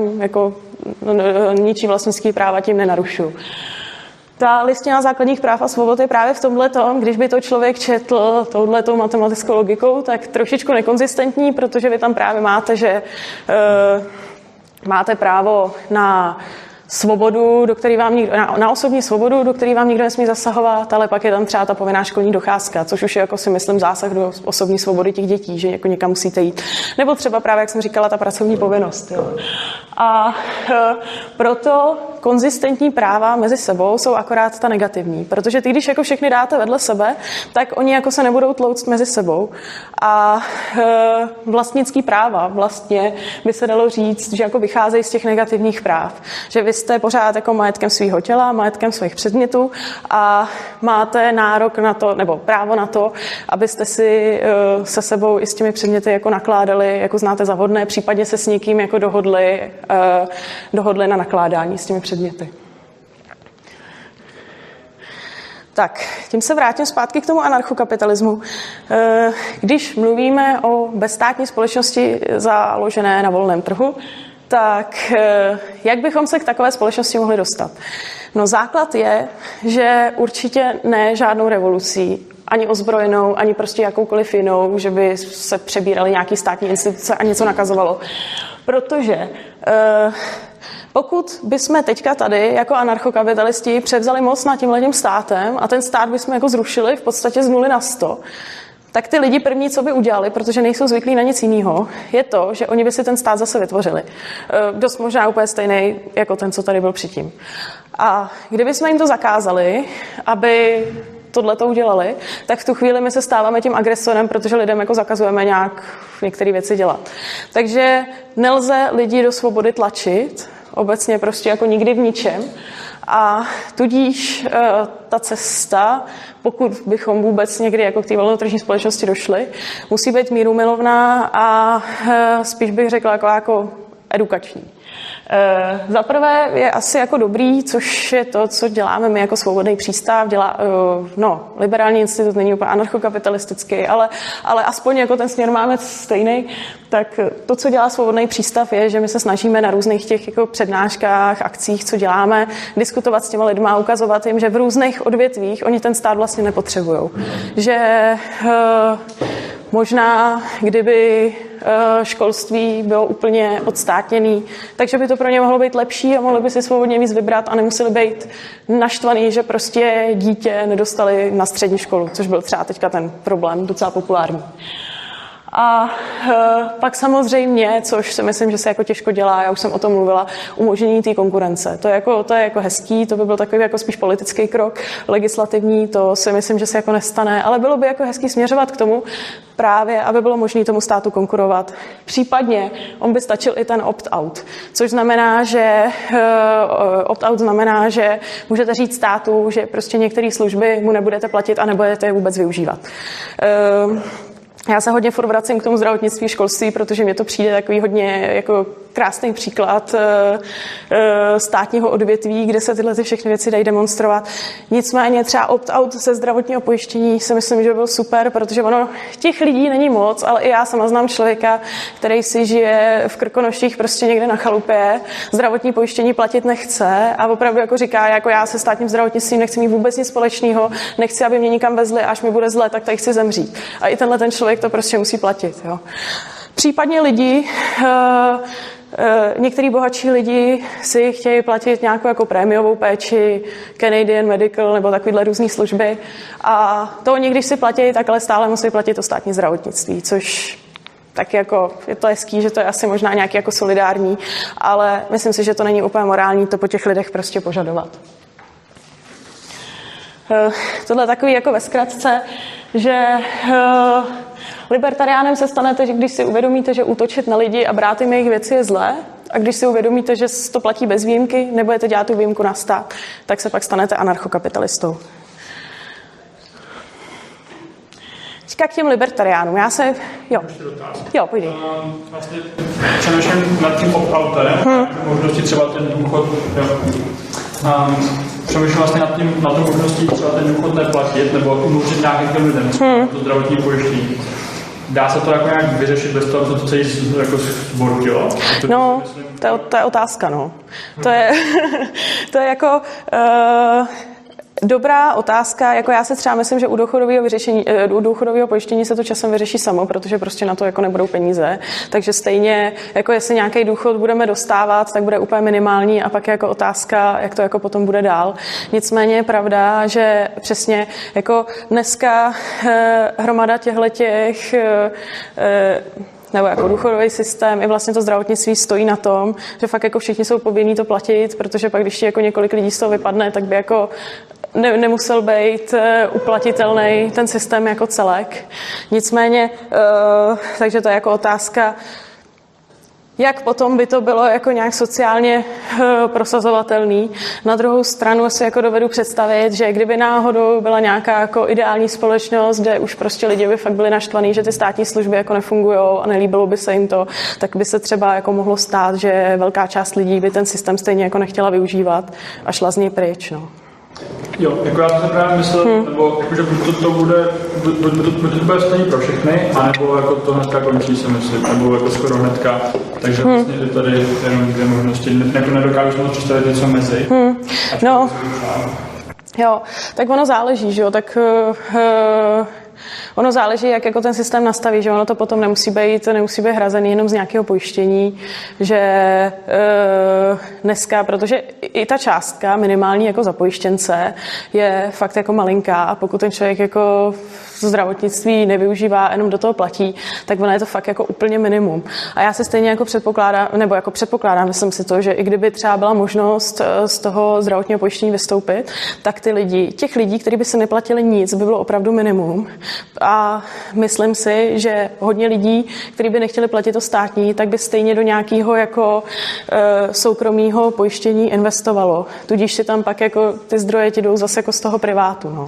B: práva tím nenarušuju. Ta listina základních práv a svobod je právě v tomhletom, když by to člověk četl touhletou matematickou logikou, tak trošičku nekonzistentní, protože vy tam právě máte, že máte právo na svobodu, na osobní svobodu, do které vám nikdo nesmí zasahovat, ale pak je tam třeba ta povinná školní docházka, což už je jako si myslím zásah do osobní svobody těch dětí, že jako někam musíte jít. Nebo třeba právě, jak jsem říkala, ta pracovní povinnost. Jo. A proto konzistentní práva mezi sebou jsou akorát ta negativní, protože ty, když jako všechny dáte vedle sebe, tak oni jako se nebudou tlouct mezi sebou. A vlastnický práva vlastně by se dalo říct, že jako vycházejí z těch negativních práv, že vy jste pořád jako majetkem svého těla, majetkem svých předmětů a máte nárok na to, nebo právo na to, abyste si se sebou i s těmi předměty jako nakládali, jako znáte za vhodné, případně se s někým jako dohodli na nakládání s těmi předměty. Tak, tím se vrátím zpátky k tomu anarchokapitalismu. Když mluvíme o bezstátní společnosti založené na volném trhu, tak jak bychom se k takové společnosti mohli dostat? No základ je, že určitě ne žádnou revolucí, ani ozbrojenou, ani prostě jakoukoliv jinou, že by se přebíraly nějaký státní instituce a něco nakazovalo. Protože pokud bychom teďka tady jako anarchokapitalisti převzali moc nad tímhletím státem a ten stát bychom jako zrušili v podstatě z 0 na 100, tak ty lidi první, co by udělali, protože nejsou zvyklí na nic jiného, je to, že oni by si ten stát zase vytvořili. Dost možná úplně stejný jako ten, co tady byl předtím. A kdyby jsme jim to zakázali, aby tohleto udělali, tak v tu chvíli my se stáváme tím agresorem, protože lidem jako zakazujeme nějak některé věci dělat. Takže nelze lidi do svobody tlačit, obecně prostě jako nikdy v ničem. A tudíž ta cesta, pokud bychom vůbec někdy jako k té volnotržní společnosti došli, musí být mírumilovná a spíš bych řekla jako edukační. Za prvé je asi jako dobrý, což je to, co děláme my jako Svobodný přístav, liberální institut není úplně anarchokapitalistický, ale aspoň jako ten směr máme stejný, tak to, co dělá Svobodný přístav, je, že my se snažíme na různých těch jako přednáškách, akcích, co děláme, diskutovat s těma lidma a ukazovat jim, že v různých odvětvích oni ten stát vlastně nepotřebujou. Že možná, kdyby školství bylo úplně odstátněný, takže by to pro ně mohlo být lepší a mohli by si svobodně víc vybrat a nemuseli být naštvaný, že prostě dítě nedostali na střední školu, což byl třeba teďka ten problém docela populární. A pak samozřejmě, což si myslím, že se jako těžko dělá, já už jsem o tom mluvila, umožnění té konkurence. To je jako hezký, to by byl takový jako spíš politický krok, legislativní, to si myslím, že se jako nestane, ale bylo by jako hezký směřovat k tomu právě, aby bylo možné tomu státu konkurovat. Případně on by stačil i ten opt-out, což znamená, že opt-out znamená, že můžete říct státu, že prostě některé služby mu nebudete platit a nebudete je vůbec využívat. Já se hodně furt vracím k tomu zdravotnictví, školství, protože mě to přijde takový hodně jako krásný příklad státního odvětví, kde se tyhle všechny věci dají demonstrovat. Nicméně třeba opt-out ze zdravotního pojištění si myslím, že byl super, protože ono těch lidí není moc, ale i já sama znám člověka, který si žije v Krkonoších prostě někde na chalupě, zdravotní pojištění platit nechce a opravdu jako říká, jako já se státním zdravotnictvím nechci mít vůbec nic společného, nechci, aby mě nikam vezli, až mi bude zle, tak tady chci zemřít. A i tenhle ten člověk to prostě musí platit. Jo. Případně lidi, některý bohatší lidi si chtějí platit nějakou jako prémiovou péči, Canadian Medical nebo takovýhle různý služby a to oni, když si platí, tak ale stále musí platit to státní zdravotnictví, což tak jako je to hezký, že to je asi možná nějaký jako solidární, ale myslím si, že to není úplně morální to po těch lidech prostě požadovat. Tohle takový jako ve zkratce, že libertariánem se stanete, že když si uvědomíte, že útočit na lidi a brát jim jejich věci je zlé, a když si uvědomíte, že to platí bez výjimky, nebudete dělat tu výjimku na stát, tak se pak stanete anarchokapitalistou. Teďka k těm libertariánům. Jo, pojď.
D: Vlastně přemýšlím nad tím opt-outem, možnosti třeba ten důchod, přemýšlím vlastně nad tou možností třeba ten důchod neplatit, nebo umožnit nějakým těm lidem, to zdravotní pojištění. Dá se to jako nějak vyřešit bez toho, co to celý jako zbortilo?
B: No, to je otázka, no. To je jako... Dobrá otázka, jako já si třeba myslím, že u důchodového pojištění se to časem vyřeší samo, protože prostě na to jako nebudou peníze, takže stejně, jako jestli nějaký důchod budeme dostávat, tak bude úplně minimální a pak je jako otázka, jak to jako potom bude dál. Nicméně je pravda, že přesně jako dneska hromada těchhletěch nebo jako důchodový systém i vlastně to zdravotnictví stojí na tom, že fakt jako všichni jsou povinní to platit, protože pak když jako několik lidí z toho vypadne, tak by jako nemusel být uplatitelný ten systém jako celek. Nicméně, takže to je jako otázka, jak potom by to bylo jako nějak sociálně prosazovatelný. Na druhou stranu si jako dovedu představit, že kdyby náhodou byla nějaká jako ideální společnost, kde už prostě lidi by fakt byli naštvaný, že ty státní služby jako nefungujou a nelíbilo by se jim to, tak by se třeba jako mohlo stát, že velká část lidí by ten systém stejně jako nechtěla využívat a šla z něj pryč. No.
D: Jo, jako já jsem právě myslel, nebo jako, že to bude stejný pro všechny, anebo jako to hnedka končí, si myslím, nebo jako skoro hnedka, takže vlastně je tady jenom dvě možnosti, jako nedokážu si to představit něco mezi.
B: No, jo, tak ono záleží, že jo, tak ono záleží, jak jako ten systém nastaví, že ono to potom nemusí být hrazený jenom z nějakého pojištění, že dneska, protože i ta částka minimální jako za pojištěnce je fakt jako malinká a pokud ten člověk jako zdravotnictví nevyužívá, jenom do toho platí, tak ono je to fakt jako úplně minimum. A já se stejně jako předpokládám, myslím si to, že i kdyby třeba byla možnost z toho zdravotního pojištění vystoupit, tak těch lidí, kteří by se neplatili nic, by bylo opravdu minimum. A myslím si, že hodně lidí, kteří by nechtěli platit to státní, tak by stejně do nějakého jako soukromého pojištění investovalo. Tudíž si tam pak jako ty zdroje ti jdou zase jako z toho privátu. No.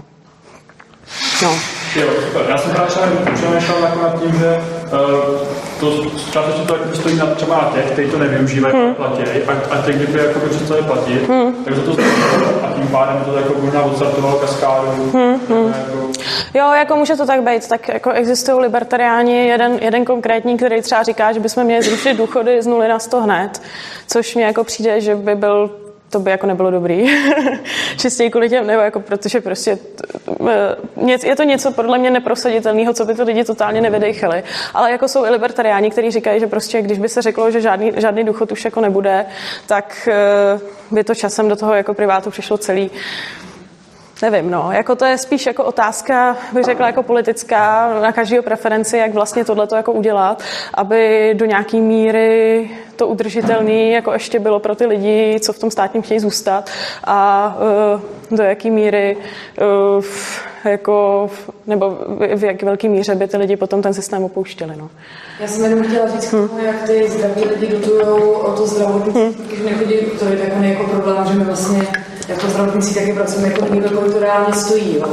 D: Jo, super. Já jsem právě přemýšlel jako nad tím, že to částečně to jako stojí třeba na těch, kteří to nevyužívají a platí. A těch, kdyby jako by přestali platit, tak za to stojí a tím pádem to jako možná odstartovalo kaskádu. Jako...
B: Jo, jako může to tak být. Tak jako existují libertariáni, jeden konkrétní, který třeba říká, že bychom měli zrušit důchody z 0 na 100 hned, což mě jako přijde, že to by jako nebylo dobrý. Čistěji kvůli těm, nebo jako protože prostě je to něco podle mě neprosaditelného, co by to lidi totálně nevydechali. Ale jako jsou i libertariáni, kteří říkají, že prostě když by se řeklo, že žádný důchod už jako nebude, tak by to časem do toho jako privátu přišlo celý. Nevím, no, jako to je spíš jako otázka, bych řekla jako politická, na každého preferenci, jak vlastně tohleto jako udělat, aby do nějaký míry to udržitelný jako ještě bylo pro ty lidi, co v tom státním chtějí zůstat a do jaký míry jako, nebo v jak velký míře by ty lidi potom ten systém opouštěli, no.
E: Já jsem jenom chtěla říct, jak ty zdraví lidi dotujou o to zdravotnictví, protože nechodí, to je jako problém, že my vlastně jako zdravotnictví taky pracujeme jako někdo, koho to reálně stojí. Jo.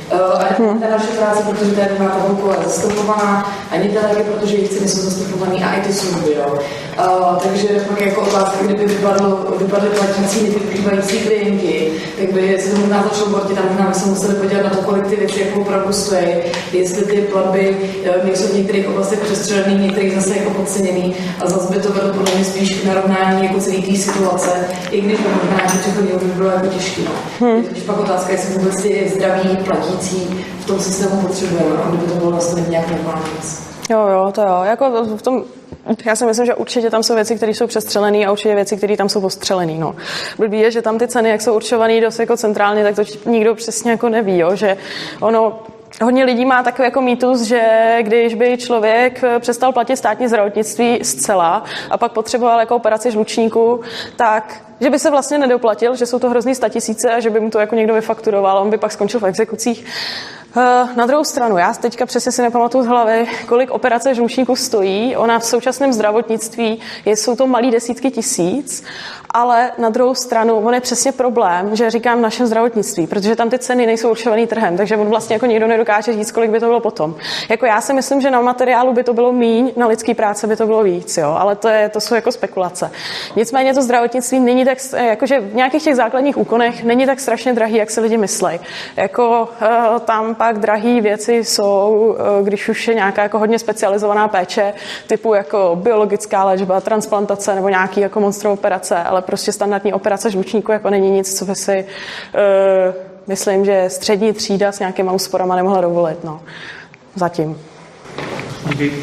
E: Ani ta naše práce, protože tady má ta hluková zastupovaná, ani ta taky, protože jejich ceny jsou zastupovaný a i ty služby, jo. Takže pak jako otázka, kdyby vypadly platící nevyplývající klienti, tak by se to možná začalo bortit a možná by se museli podívat na to, kolik ty věci jako opravdu stojí, jestli ty platby nejsou v některých oblastech přestřelený, v některých zase jako podceněný a zase by to vedlo podle mě spíš k narovnání jako celé té situace, i když to možná přechodně už bylo jako těžký. Je pak otázka, jestli vůbec ty zdraví platící v tom systému potřebujeme, a kdyby to bylo nastavit nějak normálně.
B: Jo, to jo. Jako v tom, já si myslím, že určitě tam jsou věci, které jsou přestřelené a určitě věci, které tam jsou postřelené. No. Blbý je, že tam ty ceny, jak jsou určované dost jako centrálně, tak to nikdo přesně jako neví, jo, že ono hodně lidí má takový jako mýtus, že když by člověk přestal platit státní zdravotnictví zcela a pak potřeboval jako operaci žlučníku, tak že by se vlastně nedoplatil, že jsou to hrozný statisíce a že by mu to jako někdo vyfakturoval a on by pak skončil v exekucích. Na druhou stranu, já teďka přesně si nepamatuju z hlavy, kolik operace žlučníku stojí. Ona v současném zdravotnictví jsou to malý desítky tisíc, ale na druhou stranu on je přesně problém, že říkám v našem zdravotnictví, protože tam ty ceny nejsou určovaný trhem, takže on vlastně jako nikdo nedokáže říct, kolik by to bylo potom. Jako já si myslím, že na materiálu by to bylo míň, na lidský práce by to bylo víc, jo, ale to jsou jako spekulace. Nicméně to zdravotnictví není tak, jakože v nějakých těch základních úkonech není tak strašně drahý, jak se lidi myslí. Jako tam pak drahé věci jsou, když už je nějaká jako hodně specializovaná péče, typu jako biologická léčba, transplantace nebo nějaký jako monstrum operace, ale prostě standardní operace žlučníku jako není nic, co by si myslím, že střední třída s nějakýma úsporama nemohla dovolit. No. Zatím.
D: Díky.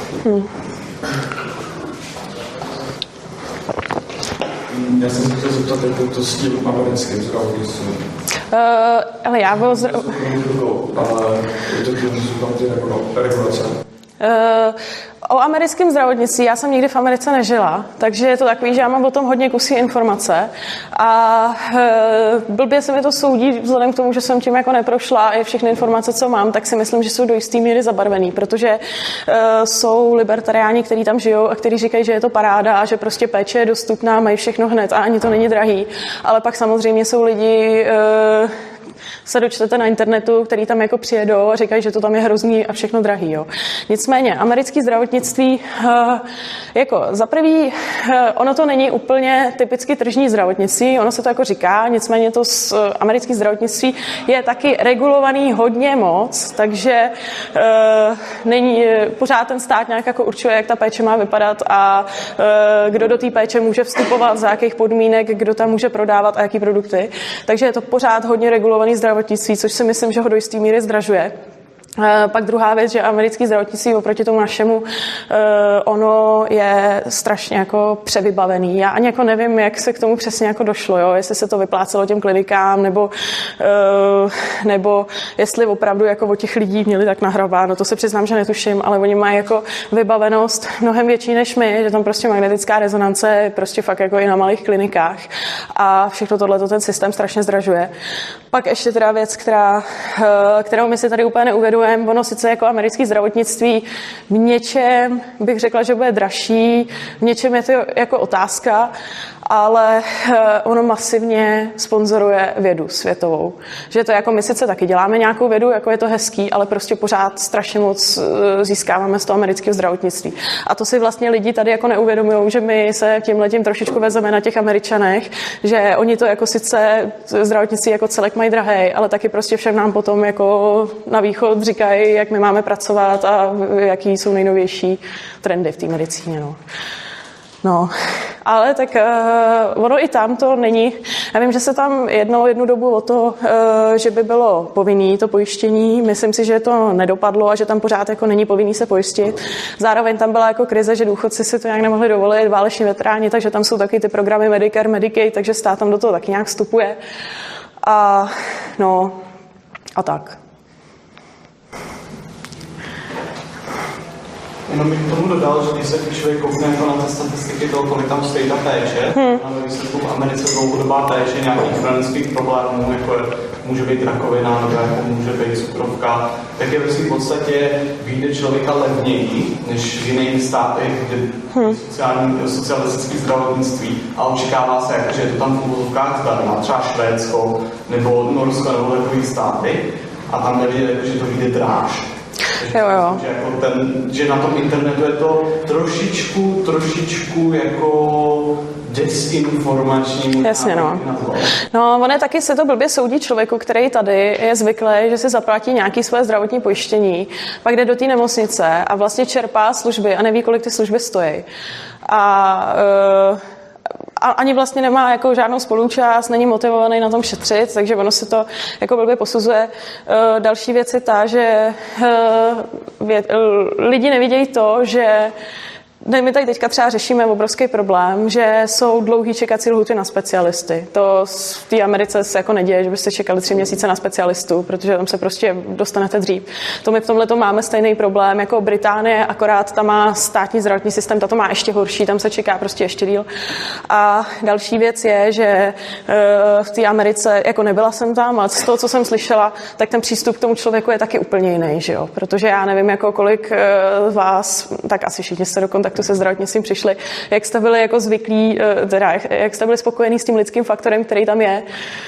F: Já jsem se chtěl zeptat, jak to s tím americkým zdravotnictvím.
B: Ale já byl
F: ale je to tím, že jsou tam ty regulace.
B: O americkém zdravotnictví, já jsem nikdy v Americe nežila, takže je to takový, že já mám o tom hodně kusí informace a blbě se mi to soudí vzhledem k tomu, že jsem tím jako neprošla a všechny informace, co mám, tak si myslím, že jsou do jistý míry zabarvený, protože jsou libertariáni, kteří tam žijou a kteří říkají, že je to paráda a že prostě péče je dostupná, mají všechno hned a ani to není drahý, ale pak samozřejmě jsou lidi, se dočtete na internetu, který tam jako přijedou a říkají, že to tam je hrozný a všechno drahý. Jo. Nicméně, americké zdravotnictví, jako za prvý, ono to není úplně typicky tržní zdravotnictví, ono se to jako říká, nicméně to americké zdravotnictví je taky regulovaný hodně moc, takže není, pořád ten stát nějak jako určuje, jak ta péče má vypadat a kdo do té péče může vstupovat, za jakých podmínek, kdo tam může prodávat a jaký produkty. Takže je to pořád hodně regulovaný zdravotnictví, což si myslím, že ho do jistý míry zdražuje. Pak druhá věc, že americké zdravotnictví oproti tomu našemu, ono je strašně jako převybavený. Já ani jako nevím, jak se k tomu přesně jako došlo, jo? Jestli se to vyplácelo těm klinikám, nebo jestli opravdu jako od těch lidí měli tak nahrabáno, to se přiznám, že netuším, ale oni mají jako vybavenost mnohem větší než my, že tam prostě magnetická rezonance je prostě fakt jako i na malých klinikách a všechno tohle ten systém strašně zdražuje. Pak ještě teda věc, kterou my si tady úplně neuvědomujeme, ono sice jako americké zdravotnictví v něčem bych řekla, že bude dražší, v něčem je to jako otázka, ale ono masivně sponzoruje vědu světovou. Že to jako my sice taky děláme nějakou vědu, jako je to hezký, ale prostě pořád strašně moc získáváme z toho amerického zdravotnictví. A to si vlastně lidi tady jako neuvědomují, že my se tímhletím trošičku vezeme na těch Američanech, že oni to jako sice zdravotnictví jako celek mají drahé, ale taky prostě všem nám potom jako na východ říkají, jak my máme pracovat a jaký jsou nejnovější trendy v té medicíně. No, ale tak ono i tam to není. Já vím, že se tam jednalo jednu dobu o to, že by bylo povinný to pojištění. Myslím si, že to nedopadlo a že tam pořád jako není povinný se pojistit. Zároveň tam byla jako krize, že důchodci si to nějak nemohli dovolit, váleční veteráni, takže tam jsou taky ty programy Medicare, Medicaid, takže stát tam do toho taky nějak vstupuje. A tak.
G: Jenom bych tomu dodal, že když se člověk koukne na ty statistiky toho, kolik tam stojí ta péče, a ve výsledku v Americe dlouhodobá péče nějakých chronických problémů, jako může být rakovina, nebo jako může být cukrovka, tak je v podstatě vyjde člověka levněji, než v jiných státech, kde socialistické zdravotnictví, a očekává se, že je to tam v úvodovkách zdarma, třeba Švédsko, nebo Norsko, nebo takové státy. a tam neviděli, že to vyjde dráž.
B: Jo.
G: Že, jako že na tom internetu je to trošičku jako desinformační.
B: Jasně, no. No, on je taky se to blbě soudí člověku, který tady je zvyklý, že si zaplatí nějaké svoje zdravotní pojištění, pak jde do té nemocnice a vlastně čerpá služby a neví, kolik ty služby stojí. A ani vlastně nemá jako žádnou spoluúčast, není motivovaný na tom šetřit, takže ono se to jako blbě posuzuje. Další věc je ta, že lidi nevidějí to, že my tady teďka třeba řešíme obrovský problém, že jsou dlouhý čekací lhuty na specialisty. To v té Americe se jako neděje, že byste čekali 3 měsíce na specialistu, protože tam se prostě dostanete dřív. To my v tomhle máme stejný problém jako Británie, akorát tam má státní zdravotní systém, ta to má ještě horší, tam se čeká prostě ještě díl. A další věc je, že v té Americe, jako nebyla jsem tam, ale z toho, co jsem slyšela, tak ten přístup k tomu člověku je taky úplně jiný, že jo? Protože já nevím, jako kolik vás, tak asi všichni jste do kontaktu se zdravotnictvím přišli, jak jste byli jako zvyklí, teda jak jste byli spokojení s tím lidským faktorem, který tam je.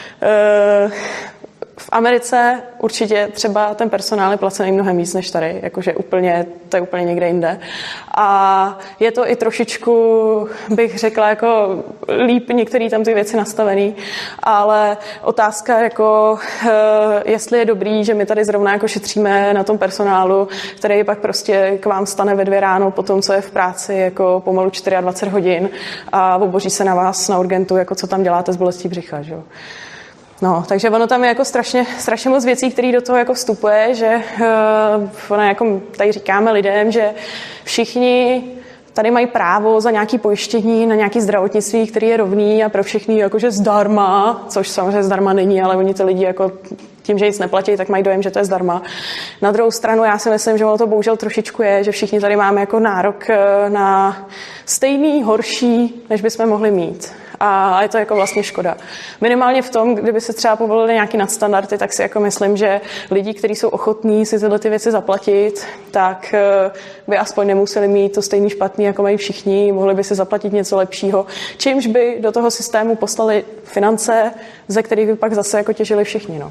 B: V Americe určitě třeba ten personál je placený mnohem víc než tady, jakože to je úplně někde jinde. A je to i trošičku, bych řekla, jako líp některý tam ty věci nastavený, ale otázka jako, jestli je dobrý, že my tady zrovna jako šetříme na tom personálu, který pak prostě k vám stane ve 2 ráno po tom, co je v práci jako pomalu 24 hodin a oboří se na vás na urgentu, jako co tam děláte s bolestí břicha, že jo. No, takže ono tam je jako strašně moc věcí, které do toho jako vstupuje, že ono jako tady říkáme lidem, že všichni tady mají právo za nějaké pojištění na nějaké zdravotnictví, který je rovný a pro všechny jakože zdarma, což samozřejmě zdarma není, ale oni ty lidi jako tím, že nic neplatí, tak mají dojem, že to je zdarma. Na druhou stranu já si myslím, že ono to bohužel trošičku je, že všichni tady máme jako nárok na stejný, horší, než bychom mohli mít. A je to jako vlastně škoda. Minimálně v tom, kdyby se třeba povolili nějaký nadstandardy, tak si jako myslím, že lidi, kteří jsou ochotní si tyhle ty věci zaplatit, tak by aspoň nemuseli mít to stejný špatný, jako mají všichni, mohli by si zaplatit něco lepšího, čímž by do toho systému poslali finance, ze kterých by pak zase jako těžili všichni.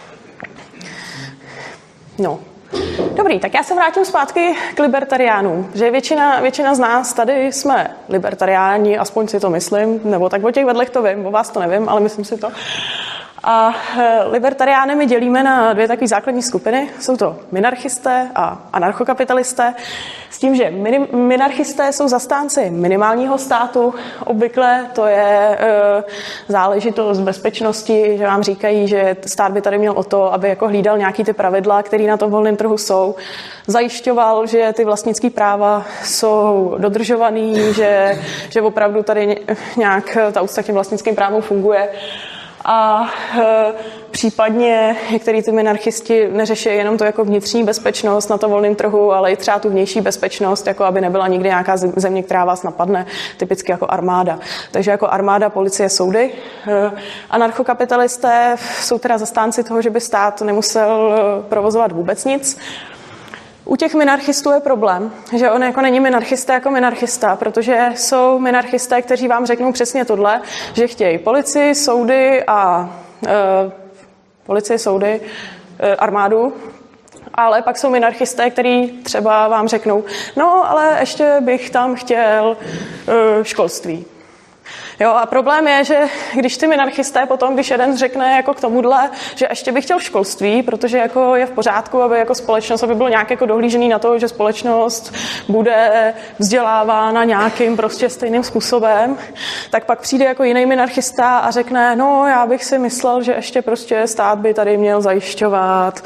B: No. Dobrý, tak já se vrátím zpátky k libertariánům, že většina z nás tady jsme libertariáni, aspoň si to myslím, nebo tak o těch vedlech to vím, o vás to nevím, ale myslím si to. A libertariány my dělíme na 2 takové základní skupiny. Jsou to minarchisté a anarchokapitalisté. S tím, že minarchisté jsou zastánci minimálního státu. Obvykle to je záležitost bezpečnosti, že vám říkají, že stát by tady měl o to, aby jako hlídal nějaký ty pravidla, které na tom volném trhu jsou. Zajišťoval, že ty vlastnické práva jsou dodržovaný, že opravdu tady nějak ta úcta k těm vlastnickým právům funguje. A případně některý ty minarchisti neřeší jenom to jako vnitřní bezpečnost na tom volném trhu, ale i třeba tu vnější bezpečnost, jako aby nebyla nikdy nějaká země, která vás napadne, typicky jako armáda. Takže jako armáda, policie, soudy. Anarchokapitalisté jsou teda zastánci toho, že by stát nemusel provozovat vůbec nic. U těch minarchistů je problém, že on jako není minarchista jako minarchista, protože jsou minarchisté, kteří vám řeknou přesně tohle, že chtějí policii, soudy a armádu, ale pak jsou minarchisté, kteří třeba vám řeknou, no ale ještě bych tam chtěl školství. Jo, a problém je, že když ty minarchisté potom, když jeden řekne jako k tomuhle, že ještě bych chtěl školství, protože jako je v pořádku, aby jako společnost, aby bylo nějak jako dohlížený na to, že společnost bude vzdělávána nějakým prostě stejným způsobem, tak pak přijde jako jiný minarchista a řekne, no já bych si myslel, že ještě prostě stát by tady měl zajišťovat,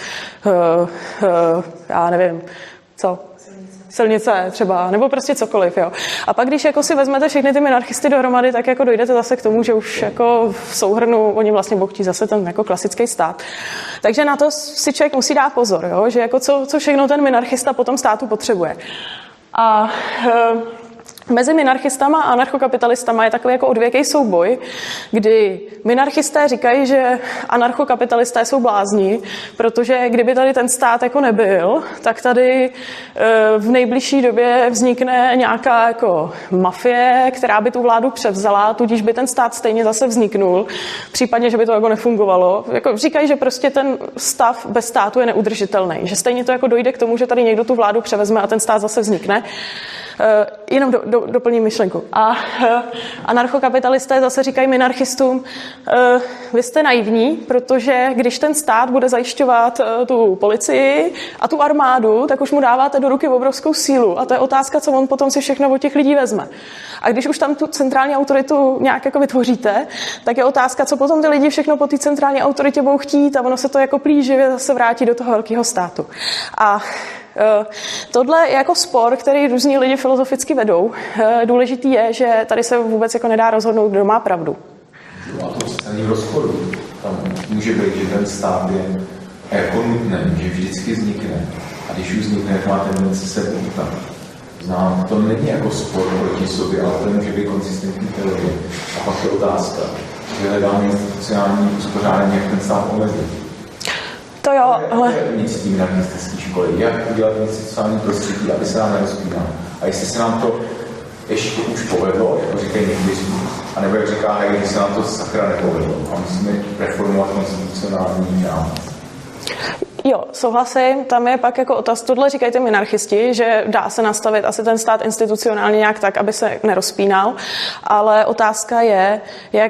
B: já nevím, co? Silnice třeba, nebo prostě cokoliv, jo. A pak, když jako si vezmete všechny ty minarchisty dohromady, tak jako dojdete zase k tomu, že už jako v souhrnu oni vlastně bochtí zase ten jako klasický stát. Takže na to si člověk musí dát pozor, jo, že jako co všechno ten minarchista potom státu potřebuje. A Mezi minarchistama a anarchokapitalistama je takový jako odvěký souboj, kdy minarchisté říkají, že anarchokapitalisté jsou blázni, protože kdyby tady ten stát jako nebyl, tak tady v nejbližší době vznikne nějaká jako mafie, která by tu vládu převzala, tudíž by ten stát stejně zase vzniknul, případně, že by to jako nefungovalo. Jako říkají, že prostě ten stav bez státu je neudržitelný, že stejně to jako dojde k tomu, že tady někdo tu vládu převezme a ten stát zase vznikne. Jenom doplním myšlenku. A anarchokapitalisté zase říkají minarchistům, vy jste naivní, protože když ten stát bude zajišťovat tu policii a tu armádu, tak už mu dáváte do ruky obrovskou sílu. A to je otázka, co on potom si všechno od těch lidí vezme. A když už tam tu centrální autoritu nějak jako vytvoříte, tak je otázka, co potom ty lidi všechno po té centrální autoritě budou chtít a ono se to jako plíživě zase vrátí do toho velkého státu. A tohle je jako spor, který různí lidi filozoficky vedou. Důležitý je, že tady se vůbec jako nedá rozhodnout, kdo má pravdu.
H: A to není v rozporu. Tam může být, že ten stát je jako nutný, že vždycky vznikne. A když už vznikne, jak má tendenci se poutat. Znám, to není jako spor proti sobě, ale to může být konzistentní teorie. A pak je otázka, že hledáme institucionální uspořádání, jak ten stát omezit.
B: To jo, ale...
H: Nic s tím anarchistické školy, jak udělat institucionální prostředí, aby se nám nerozpínal. A jestli se nám to ještě už povedlo, jako říkají někteří, anebo jak říká Hegel, se nám to sakra nepovedlo. A musíme reformovat konstitucionální rámec.
B: Jo, souhlasím, tam je pak jako otázka, tohle říkají ty minarchisti, že dá se nastavit asi ten stát institucionálně nějak tak, aby se nerozpínal, ale otázka je,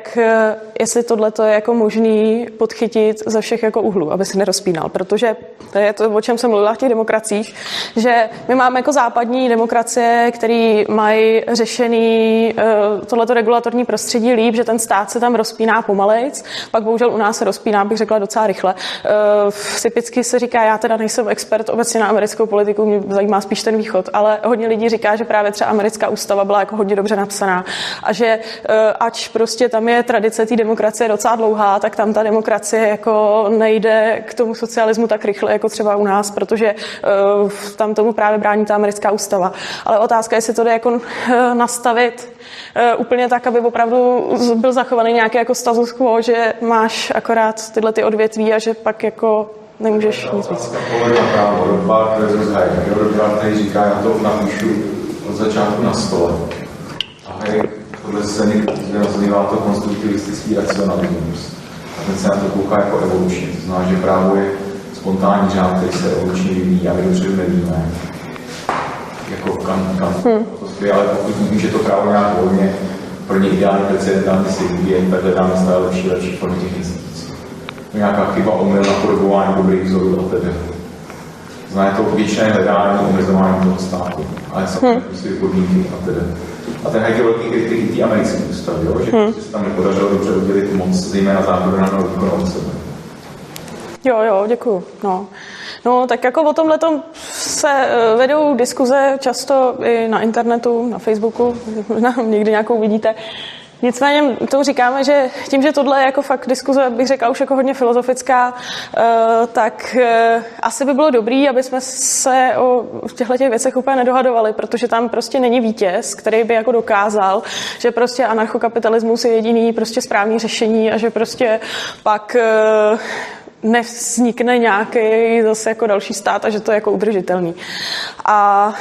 B: jestli tohleto je jako možný podchytit ze všech jako úhlů, aby se nerozpínal, protože to je to, o čem jsem mluvila v těch demokraciích, že my máme jako západní demokracie, který mají řešený tohleto regulatorní prostředí líp, že ten stát se tam rozpíná pomalejc, pak bohužel u nás se rozpíná, bych řekla, docela rychle. Typicky se říká, já teda nejsem expert obecně na americkou politiku, mě zajímá spíš ten východ, ale hodně lidí říká, že právě třeba americká ústava byla jako hodně dobře napsaná a že ač prostě tam je tradice té demokracie docela dlouhá, tak tam ta demokracie jako nejde k tomu socialismu tak rychle, jako třeba u nás, protože tam tomu právě brání ta americká ústava. Ale otázka je, jestli to jde jako nastavit úplně tak, aby opravdu byl zachovaný nějaký jako status quo, že máš akorát tyhle ty odvětví a že pak jako nemůžeš nic víc.
H: Pohled na právo, Robert versus Hayek. Robert tady říká, já to napíšu od začátku na stole. A Hayek tohle se nazývá to konstruktivistický racionalismus. A ten se na to kouká jako evoluční. To znamená, že právo je spontánní řád, který se evolučně vyvíjí a my dopředu nevíme. Jako Kant. Ale pokud vím, že to právo nějak volně pro ně ideální precedentální si vyvíjí, tak hledáme stále lepší formy těch institucí. Nějaká chyba, omyl, napodobování dobrých vzorů a tedy. Znamená to většiné hledání, omezování toho státu. Ale samozřejmě prostě podmínky a tedy. A ten Hayek je velký kritik té americké ústavy, že se tam nepodařilo dobře oddělit moc, zejména zákonodárného výkonu od sebe.
B: Jo, děkuju. No, tak jako o tomhletom se vedou diskuze často i na internetu, na Facebooku, někdy nějakou vidíte. Nicméně to říkáme, že tím, že tohle je jako fakt diskuze, bych řekla, už jako hodně filozofická, tak asi by bylo dobrý, aby jsme se o těchto věcech úplně nedohadovali, protože tam prostě není vítěz, který by jako dokázal, že prostě anarchokapitalismus je jediný prostě správný řešení a že prostě pak nevznikne nějaký zase jako další stát a že to je jako udržitelný. A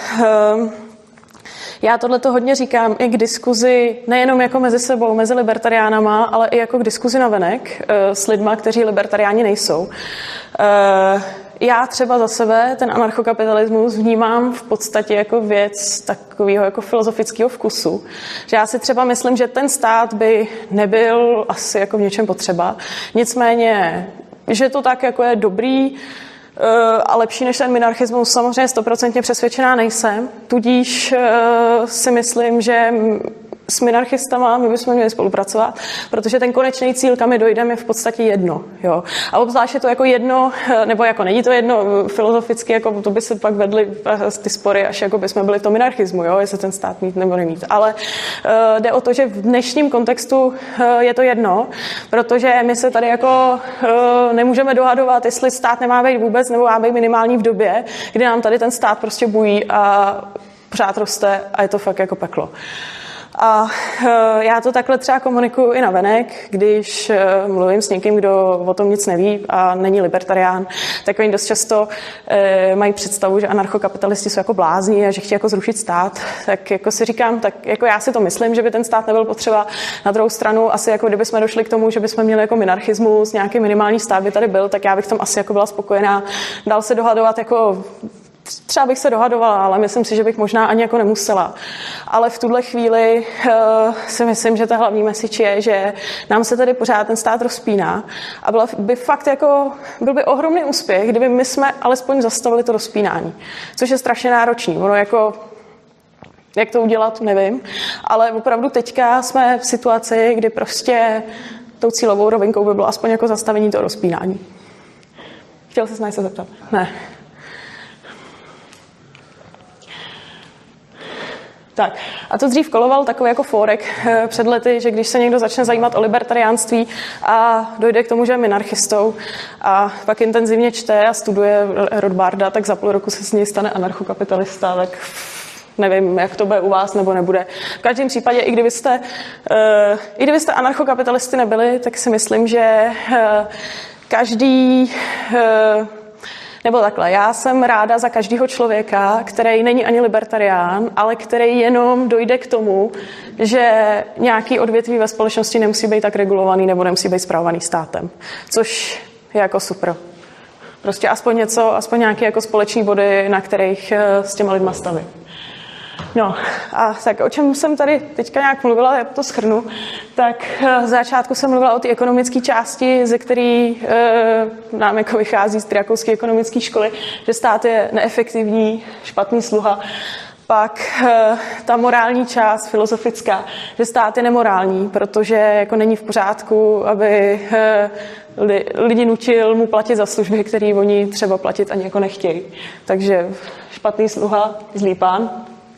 B: já tohleto hodně říkám i k diskuzi nejenom jako mezi sebou, mezi libertariánama, ale i jako k diskuzi navenek s lidma, kteří libertariáni nejsou. Já třeba za sebe ten anarchokapitalismus vnímám v podstatě jako věc takového jako filozofického vkusu. Že já si třeba myslím, že ten stát by nebyl asi jako v něčem potřeba. Nicméně, že to tak jako je dobrý a lepší než ten minarchismus, samozřejmě 100% přesvědčená nejsem. Tudíž si myslím, že s minarchistama my bychom měli spolupracovat, protože ten konečný cíl, kam my dojdeme, je v podstatě jedno. Jo. A obzvlášť je to jako jedno, nebo jako není to jedno filozoficky, jako to by se pak vedly ty spory, až jako bychom byli v tom minarchismu, jo, jestli ten stát mít nebo nemít. Ale jde o to, že v dnešním kontextu je to jedno, protože my se tady jako nemůžeme dohadovat, jestli stát nemá být vůbec, nebo má být minimální v době, kdy nám tady ten stát prostě bují a pořád roste a je to fakt jako peklo. A já to takhle třeba komunikuju i navenek, když mluvím s někým, kdo o tom nic neví a není libertarián, tak oni dost často mají představu, že anarchokapitalisti jsou jako blázni a že chtějí jako zrušit stát. Tak jako si říkám, tak jako já si to myslím, že by ten stát nebyl potřeba. Na druhou stranu asi jako kdyby jsme došli k tomu, že bychom měli jako minarchismus, nějaký minimální stát by tady byl, tak já bych tam asi jako byla spokojená. Dál se dohadovat jako třeba bych se dohadovala, ale myslím si, že bych možná ani jako nemusela. Ale v tuhle chvíli si myslím, že ta hlavní message je, že nám se tady pořád ten stát rozpíná a byl by ohromný úspěch, kdyby my jsme alespoň zastavili to rozpínání, což je strašně náročný. Ono jako, jak to udělat, nevím, ale opravdu teďka jsme v situaci, kdy prostě tou cílovou rovinkou by bylo aspoň jako zastavení toho rozpínání. Chtěl jsi se něco zeptat? Ne. Tak. A to dřív koloval takový jako fórek před lety, že když se někdo začne zajímat o libertariánství a dojde k tomu, že je minarchistou a pak intenzivně čte a studuje Rothbarda, tak za půl roku se z něj stane anarchokapitalista, tak nevím, jak to bude u vás nebo nebude. V každém případě, i kdybyste anarchokapitalisty nebyli, tak si myslím, že každý... Nebo takhle, já jsem ráda za každého člověka, který není ani libertarián, ale který jenom dojde k tomu, že nějaký odvětví ve společnosti nemusí být tak regulovaný nebo nemusí být spravovaný státem. Což je jako super. Prostě aspoň nějaké jako společné body, na kterých s těma lidma stavím. No a tak o čem jsem tady teďka nějak mluvila, já to shrnu, tak v začátku jsem mluvila o té ekonomické části, ze který nám jako vychází z Rakouské ekonomické školy, že stát je neefektivní, špatný sluha. Pak ta morální část filozofická, že stát je nemorální, protože jako není v pořádku, aby lidi nutil mu platit za služby, které oni třeba platit ani jako nechtějí. Takže špatný sluha, zlý pán.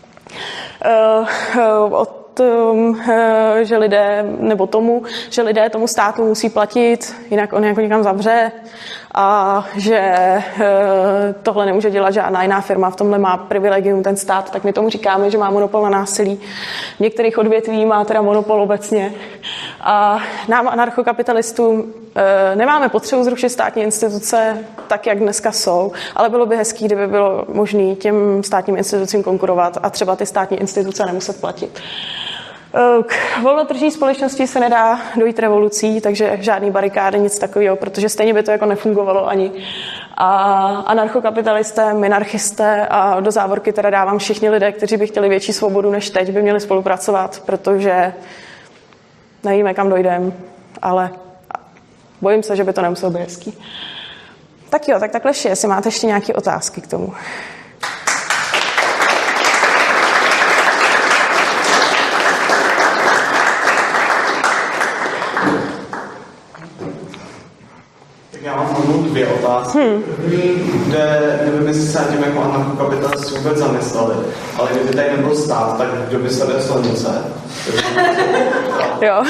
B: O tom, že lidé, nebo tomu, že lidé tomu státu musí platit, jinak on jako někam zavře a že tohle nemůže dělat žádná jiná firma, v tomhle má privilegium ten stát, tak my tomu říkáme, že má monopol na násilí. V některých odvětví má teda monopol obecně. A nám anarchokapitalistům nemáme potřebu zrušit státní instituce tak, jak dneska jsou, ale bylo by hezký, kdyby bylo možné těm státním institucím konkurovat a třeba ty státní instituce nemuset platit. K volnotržní společnosti se nedá dojít revolucí, takže žádný barikády, nic takového, protože stejně by to jako nefungovalo ani. A anarchokapitalisté, minarchisté a do závorky teda dávám všichni lidé, kteří by chtěli větší svobodu než teď, by měli spolupracovat, protože nevíme, kam dojdeme, ale bojím se, že by to nemuselo být hezký. Tak jo, tak takhle jestli máte ještě nějaké otázky k tomu.
G: Já mám rovnou dvě otázky. Kde, nevím, jestli se na tím jako anarchokapitalisti vůbec zamysleli, ale kdyby tady nebyl stát, tak kdo by se ve silnice?
B: Jo.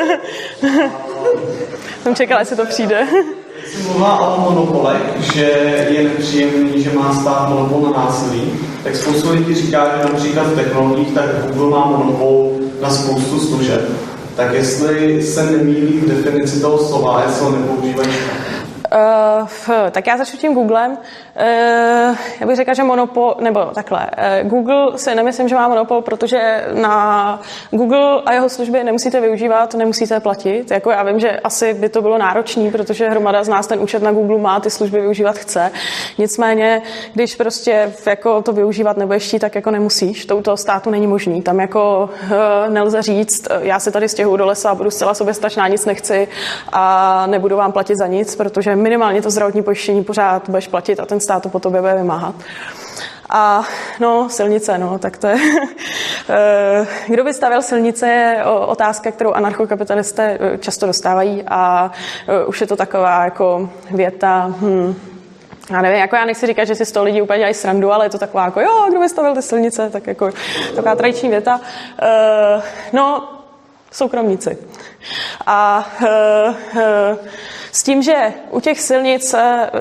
B: Jsem čekala, jestli to přijde.
G: Jsi mluvila o monopolech, že je nepříjemný, že má stát monopol na násilí, tak spoustu lidí říká, že například v technologiích, tak Google má monopol na spoustu služeb. Tak jestli se nemýlí v definici toho slova, jestli ho nepoužívají.
B: Tak já začnu tím Googlem. Já bych řekla, že monopol, nebo takhle, Google si nemyslím, že má monopol, protože na Google a jeho služby nemusíte využívat, nemusíte platit. Jako já vím, že asi by to bylo náročné, protože hromada z nás ten účet na Google má, ty služby využívat chce. Nicméně, když prostě jako to využívat nebudeš chtít, tak jako nemusíš. To u toho státu není možný. Tam jako nelze říct, já se tady stěhuju do lesa a budu zcela soběstačná, nic nechci a nebudu vám platit za nic, protože minimálně to zdravotní pojištění pořád budeš platit a ten stát to po tobě bude vymáhat. A no, silnice, no, tak to je. Kdo by stavěl silnice, je otázka, kterou anarchokapitalisté často dostávají a už je to taková jako věta, já nevím, jako já nechci říkat, že si z toho lidi úplně dělají srandu, ale je to taková jako, jo, kdo by stavěl ty silnice, tak jako taková tradiční věta. No, soukromníci. A s tím, že u těch silnic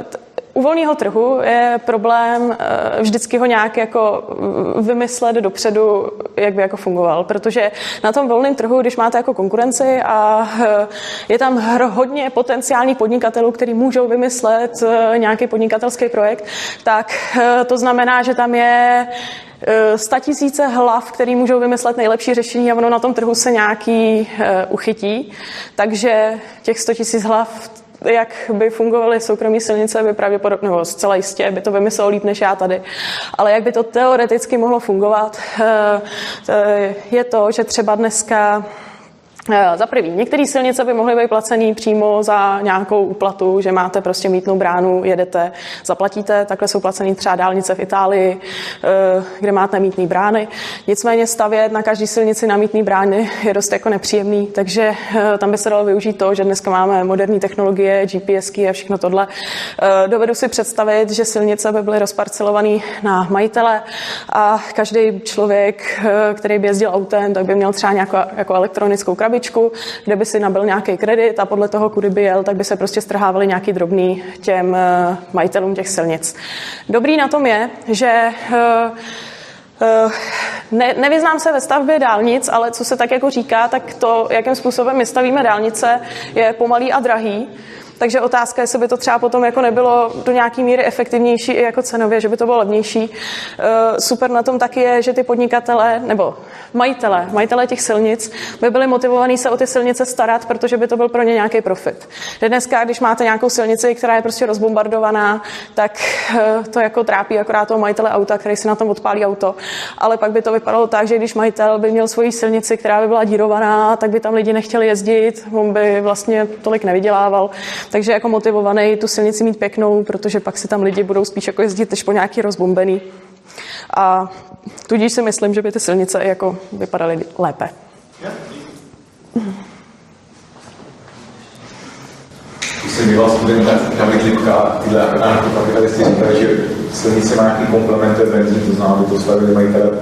B: u volného trhu je problém vždycky ho nějak jako vymyslet dopředu, jak by jako fungoval, protože na tom volném trhu, když máte jako konkurenci a je tam hodně potenciálních podnikatelů, kteří můžou vymyslet nějaký podnikatelský projekt, tak to znamená, že tam je 100 000 hlav, který můžou vymyslet nejlepší řešení a ono na tom trhu se nějaký uchytí. Takže těch 100 000 hlav, jak by fungovaly soukromé silnice, by pravděpodobně, nebo zcela jistě, by to vymyslelo líp než já tady. Ale jak by to teoreticky mohlo fungovat, je to, že třeba dneska za první, některé silnice by mohly být placený přímo za nějakou úplatu, že máte prostě mýtnou bránu, jedete, zaplatíte, takhle jsou placený třeba dálnice v Itálii, kde máte mýtný brány. Nicméně stavět na každý silnici na mýtný brány je dost jako nepříjemný, takže tam by se dalo využít to, že dneska máme moderní technologie, GPSky a všechno tohle. Dovedu si představit, že silnice by byly rozparcelované na majitele a každý člověk, který by jezdil autem, tak by měl třeba nějakou jako elektronickou krabičku, kde by si nabil nějaký kredit a podle toho, kudy by jel, tak by se prostě strhávaly nějaký drobný těm majitelům těch silnic. Dobrý na tom je, že nevyznám se ve stavbě dálnic, ale co se tak jako říká, tak to, jakým způsobem my stavíme dálnice, je pomalý a drahý. Takže otázka, jestli by to třeba potom jako nebylo do nějaký míry efektivnější i jako cenově, že by to bylo levnější. Super na tom taky je, že ty podnikatele nebo majitele těch silnic by byli motivovaní se o ty silnice starat, protože by to byl pro ně nějaký profit. Dneska, když máte nějakou silnici, která je prostě rozbombardovaná, tak to jako trápí akorát toho majitele auta, který si na tom odpálí auto. Ale pak by to vypadalo tak, že když majitel by měl svoji silnici, která by byla dírovaná, tak by tam lidi nechtěli jezdit, on by vlastně tolik nevydělával. Takže jako motivovaný tu silnici mít pěknou, protože pak si tam lidi budou spíš jako jezdit než po nějaký rozbombený. A tudíž si myslím, že by ty silnice jako vypadaly lépe.
H: Když jsem býval student David Lipka, tyhle anarchokapitalisti říkali, že silnice má nějaký komplementuje benzín, to znamená, že to stavili majitele.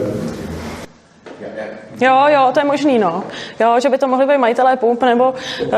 B: Jo, to je možný, no. Jo, že by to mohli být majitelé pump, nebo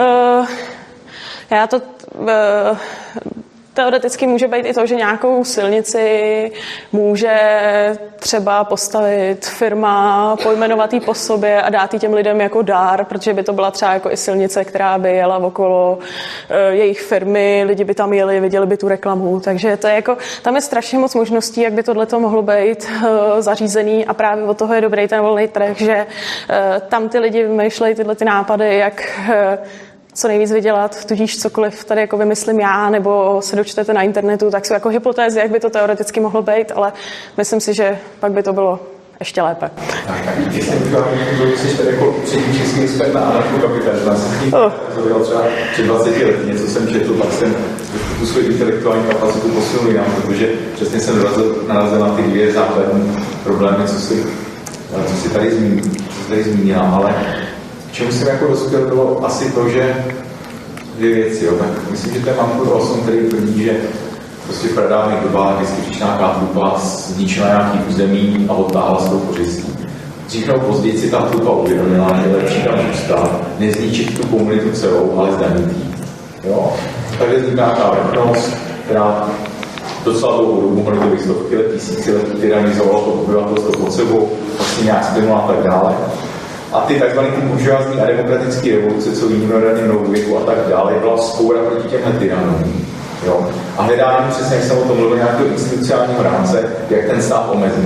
B: já to teoreticky může být i to, že nějakou silnici může třeba postavit firma, pojmenovat jí po sobě a dát jí těm lidem jako dár, protože by to byla třeba jako i silnice, která by jela okolo jejich firmy, lidi by tam jeli, viděli by tu reklamu, takže to je jako, tam je strašně moc možností, jak by tohleto mohlo být zařízený a právě od toho je dobrý ten volný trh, že tam ty lidi vymýšlejí tyhle ty nápady, jak co nejvíc vydělat, tudíž cokoliv tady jako vymyslím já, nebo se dočtete na internetu, tak jsou jako hypotézy, jak by to teoreticky mohlo být, ale myslím si, že pak by to bylo ještě lépe.
H: Tak, jestli jsi tady jako přední český expert na anarchokapitalismus, já jsem tím zavěděl třeba před 20 lety, něco jsem četl, pak jsem tu svou intelektuální kapacitu posunul jinam, protože přesně jsem narazil na ty dvě základní problémy, co si tady zmínila, ale k čemu jsem jako dospěl, bylo asi to, že dvě věci, jo. Tak myslím, že to je Manfred Olson, který tvrdí, že prostě v pradávných dobách vždycky přišla nějaká trupa, zničila nějaký území a odtáhla s tou kořistí. Dřív nebo později si ta trupa uvědomila, že je lepší tam zůstat, nezničit tu komunitu celou, ale zdanit jí. Jo? Takže vznikla nějaká vrchnost, která docela dlouhou dobu, mohly to být stovky let, tisíci let, tyranizovala to obyvatelstvo pod sebou, vlastně nějak splnula a tak dále. A ty takzvané buržoázní a demokratické revoluce, co vidíme v raném novověku a tak dále, byla vzpoura proti těmhle tyranům. A hledání přesně, jak jsem o tom mluvil, nějakého institucionálního rámce, jak ten stát omezí.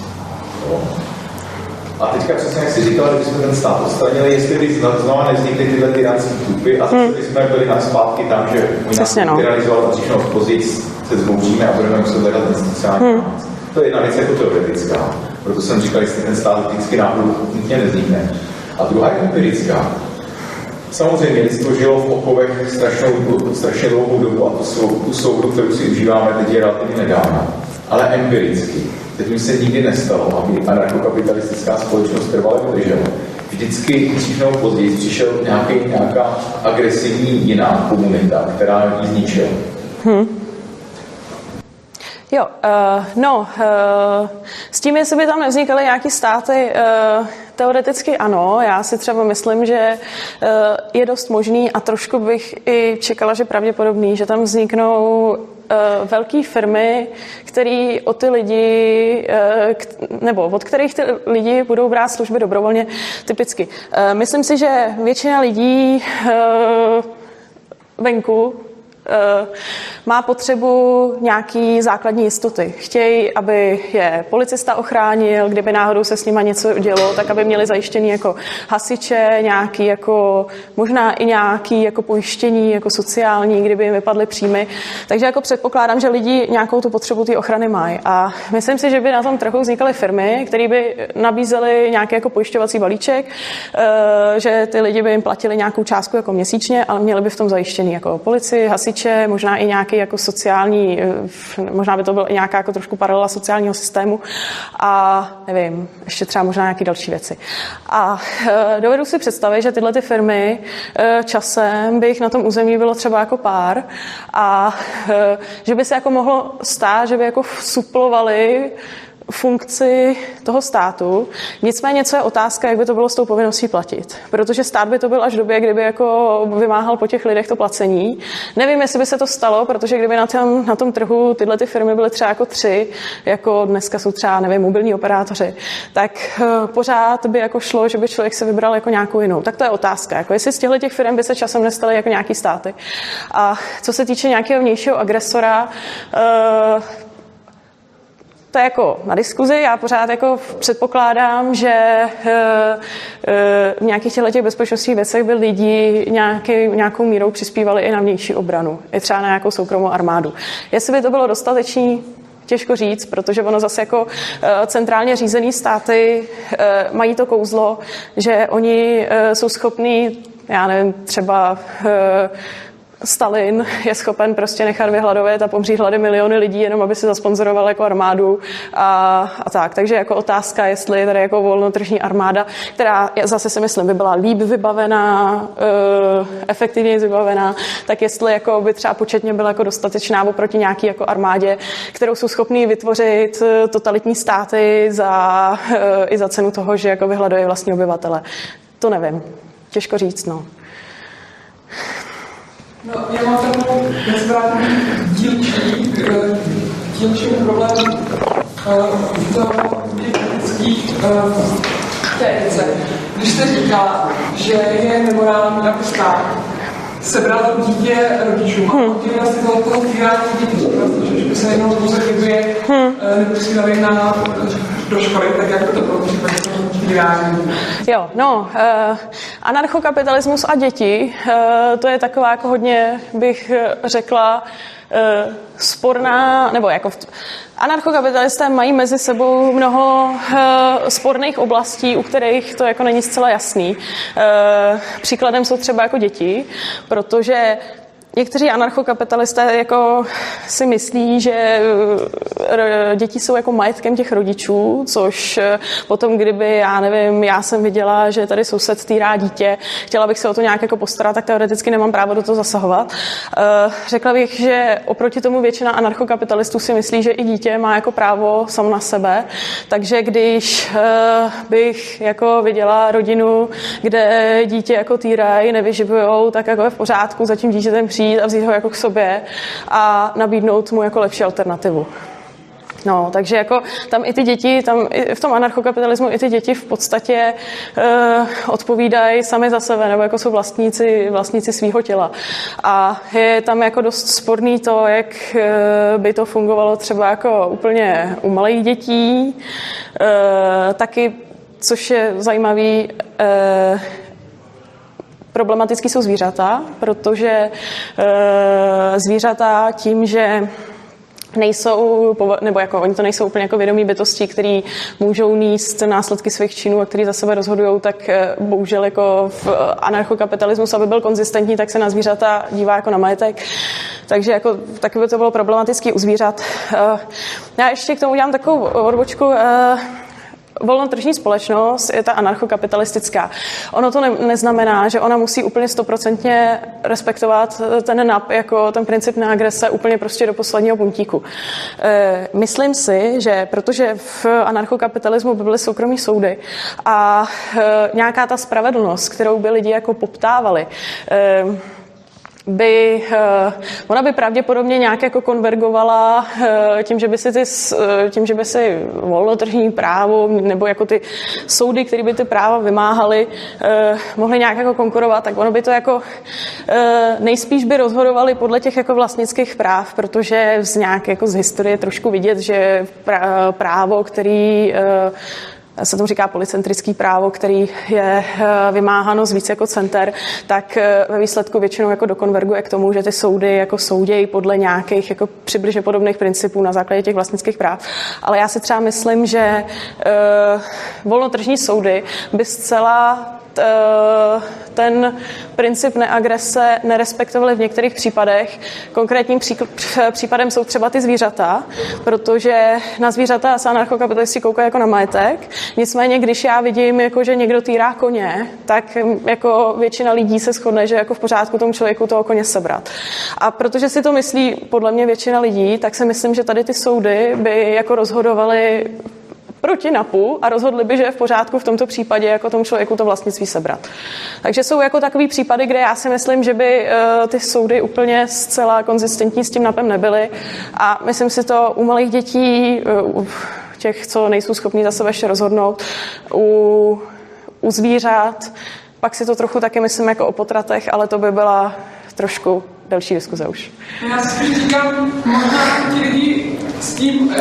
H: A teďka přesně, jak si říkal, že bychom ten stát odstranili, jestli by znova nevznikly tyhle tyranské trupy a zase jsme byli na zpátky tam, že oni nás tyranizovali dřív nebo později se zbouříme a budeme muset hledat institucionální rámec. To je jedna věc jako teoretická. Proto jsem říkal, jestli ten stát vždycky náhodou nutně nevznikne. A druhá je empirická. Samozřejmě lidstvo žilo v okovech strašně dlouhou dobu a tu soudu, kterou si užíváme, teď je relativně nedávno. Ale empiricky. Teď mi se nikdy nestalo, aby anarchokapitalistická společnost trvale vydržela. Vždycky dřív nebo později přišel nějaká agresivní jiná komunita, která ji zničila.
B: Jo, s tím, jestli by tam nevznikaly nějaký státy, teoreticky ano, já si třeba myslím, že je dost možný a trošku bych i čekala, že pravděpodobný, že tam vzniknou velké firmy, které o ty lidi, nebo od kterých ty lidi budou brát služby dobrovolně typicky. Myslím si, že většina lidí venku má potřebu nějaký základní jistoty. Chtějí, aby je policista ochránil, kdyby náhodou se s nima něco dělo, tak aby měli zajištěný jako hasiče, nějaký jako, možná i nějaký jako pojištění, jako sociální, kdyby jim vypadly příjmy. Takže jako předpokládám, že lidi nějakou tu potřebu té ochrany mají. A myslím si, že by na tom trhu vznikaly firmy, které by nabízely nějaký jako pojišťovací balíček, že ty lidi by jim platili nějakou částku jako měsíčně, ale měli by v tom zajištěný jako policii, hasiče, možná i nějaký jako sociální, možná by to byla nějaká jako trošku paralela sociálního systému a nevím, ještě třeba možná nějaké další věci. A dovedu si představit, že tyhle ty firmy časem by jich na tom území bylo třeba jako pár a že by se jako mohlo stát, že by jako suplovali funkci toho státu. Nicméně, co je otázka, jak by to bylo s tou povinností platit. Protože stát by to byl až v době, kdyby jako vymáhal po těch lidech to placení. Nevím, jestli by se to stalo, protože kdyby na tom trhu tyhle ty firmy byly třeba jako 3, jako dneska jsou třeba, nevím, mobilní operátoři, tak pořád by jako šlo, že by člověk se vybral jako nějakou jinou. Tak to je otázka. Jako jestli z těch firm by se časem nestaly jako nějaký státy. A co se týče nějakého vnějšího agresora, to je jako na diskuzi. Já pořád jako předpokládám, že v nějakých těch bezpečnostních věcech by lidi nějakou mírou přispívali i na vnější obranu. I třeba na nějakou soukromou armádu. Jestli by to bylo dostatečný, těžko říct, protože ono zase jako centrálně řízený státy mají to kouzlo, že oni jsou schopní, já nevím, třeba Stalin je schopen prostě nechat vyhladovat a pomřít hlady miliony lidí, jenom aby si zasponzoroval jako armádu a tak. Takže jako otázka, jestli je tady jako volnotržní armáda, která zase si myslím by byla líp vybavená, efektivněji vybavená, tak jestli jako by třeba početně byla jako dostatečná oproti nějaký jako armádě, kterou jsou schopní vytvořit totalitní státy i za cenu toho, že jako vyhladuje vlastní obyvatele. To nevím. Těžko říct, no.
I: No, já mám takovou dílčí problém těch etických téce. Když se říká, že je nemorální, aby stát sebral dítě rodičům a tím vlastně toho týrání dětí, že by se jenom pouze kdyby neposílali do školy, tak jak to bylo případně týrání.
B: Jo, no, anarchokapitalismus a děti, to je taková jako hodně, bych řekla, sporná, nebo jako anarchokapitalisté mají mezi sebou mnoho sporných oblastí, u kterých to jako není zcela jasný. Příkladem jsou třeba jako děti, protože někteří anarchokapitalisté jako si myslí, že děti jsou jako majetkem těch rodičů, což potom, kdyby, já nevím, já jsem viděla, že tady soused týrá dítě, chtěla bych se o to nějak jako postarat, tak teoreticky nemám právo do toho zasahovat. Řekla bych, že oproti tomu většina anarchokapitalistů si myslí, že i dítě má jako právo samo na sebe, takže když bych jako viděla rodinu, kde dítě jako týrají, nevyživujou, tak jako je v pořádku za tím dítětem přijít a vzít ho jako k sobě a nabídnout mu jako lepší alternativu. No, takže jako tam i ty děti, tam i v tom anarchokapitalismu i ty děti v podstatě odpovídají sami za sebe, nebo jako jsou vlastníci svýho těla. A je tam jako dost sporný to, jak by to fungovalo třeba jako úplně u malých dětí, taky, což je zajímavý, problematický jsou zvířata, protože zvířata tím, že nejsou, nebo jako oni to nejsou úplně jako vědomí bytosti, který můžou nést následky svých činů a který za sebe rozhodují, tak bohužel jako v anarchokapitalismus, aby byl konzistentní, tak se na zvířata dívá jako na majetek. Takže jako taky by to bylo problematický u zvířat. Já ještě k tomu udělám takovou odbočku. Volnotržní společnost je ta anarchokapitalistická. Ono to neznamená, že ona musí úplně 100% respektovat ten NAP jako ten princip neagrese úplně prostě do posledního puntíku. Myslím si, že protože v anarchokapitalismu by byly soukromí soudy a nějaká ta spravedlnost, kterou by lidi jako poptávali, ona by pravděpodobně nějak jako konvergovala tím, že by si volnotržní právo nebo jako ty soudy, které by ty práva vymáhaly, mohly nějak jako konkurovat, tak ono by to jako nejspíš by rozhodovali podle těch jako vlastnických práv, protože nějak jako z historie trošku vidět, že právo, který se tomu říká policentrický právo, který je vymáháno z víc jako center, tak ve výsledku většinou jako dokonverguje k tomu, že ty soudy jako soudějí podle nějakých jako přibližně podobných principů na základě těch vlastnických práv. Ale já si třeba myslím, že volnotržní soudy by zcela ten princip neagrese nerespektovali v některých případech. Konkrétním případem jsou třeba ty zvířata, protože na zvířata se anarchokapitalisti koukají jako na majetek. Nicméně, když já vidím, jako, že někdo týrá koně, tak jako většina lidí se shodne, že jako v pořádku tomu člověku toho koně sebrat. A protože si to myslí podle mě většina lidí, tak si myslím, že tady ty soudy by jako rozhodovaly proti NAPu a rozhodli by, že je v pořádku v tomto případě jako tomu člověku to vlastnictví sebrat. Takže jsou jako takový případy, kde já si myslím, že by ty soudy úplně zcela konzistentní s tím NAPem nebyly a myslím si to u malých dětí, u těch, co nejsou schopní za sebe ještě rozhodnout, u zvířat, pak si to trochu taky myslím jako o potratech, ale to by byla trošku delší diskuze už.
I: Já si spíš říkám, možná ti lidi s tím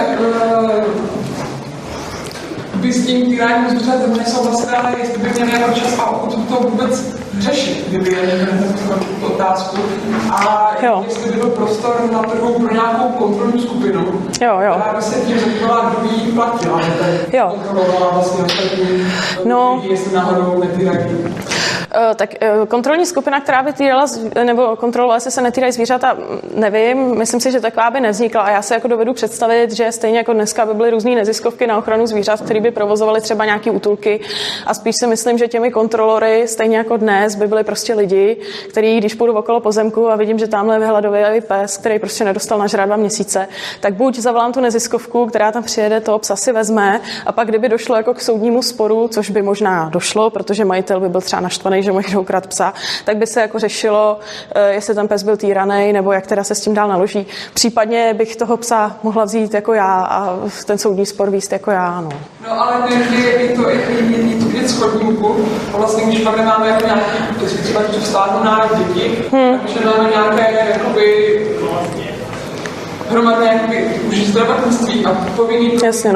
I: by s tím týráním zvířat nesouhlasili, ale jestli by měli jako čas a ochotu to vůbec řešit, kdyby měli tu otázku. A jestli by byl prostor na trhu pro nějakou kontrolní skupinu, která by se tím zabývala, kdo by jí platil, ale kontrolovala vlastně ostatní lidi, jestli náhodou netýrají.
B: Tak kontrolní skupina, která by týrala, nebo kontrolovala, jestli se netýrají zvířata, nevím. Myslím si, že taková by nevznikla a já se jako dovedu představit, že stejně jako dneska by byly různý neziskovky na ochranu zvířat, které by provozovaly třeba nějaký útulky a spíš si myslím, že těmi kontrolory, stejně jako dnes, by byli prostě lidi, kteří, když půjdu okolo pozemku a vidím, že tamhle je vyhladovělý pes, který prostě nedostal nažrát 2 měsíce, tak buď zavolám tu neziskovku, která tam přijede, toho psa si vezme a pak kdyby došlo jako k soudnímu sporu, což by možná došlo, protože majitel by byl třeba naštvaný, že mu někdo ukradl psa, tak by se jako řešilo, jestli ten pes byl týraný, nebo jak teda se s tím dál naloží. Případně bych toho psa mohla vzít jako já a ten soudní spor víst jako já, no.
I: No ale je to vidět schodníku, a vlastně když pak nemáme jako nějaký, třeba když vstávnu národ dětí, takže máme nějaké jakoby hromadné jakoby už zdravotnictví a povinný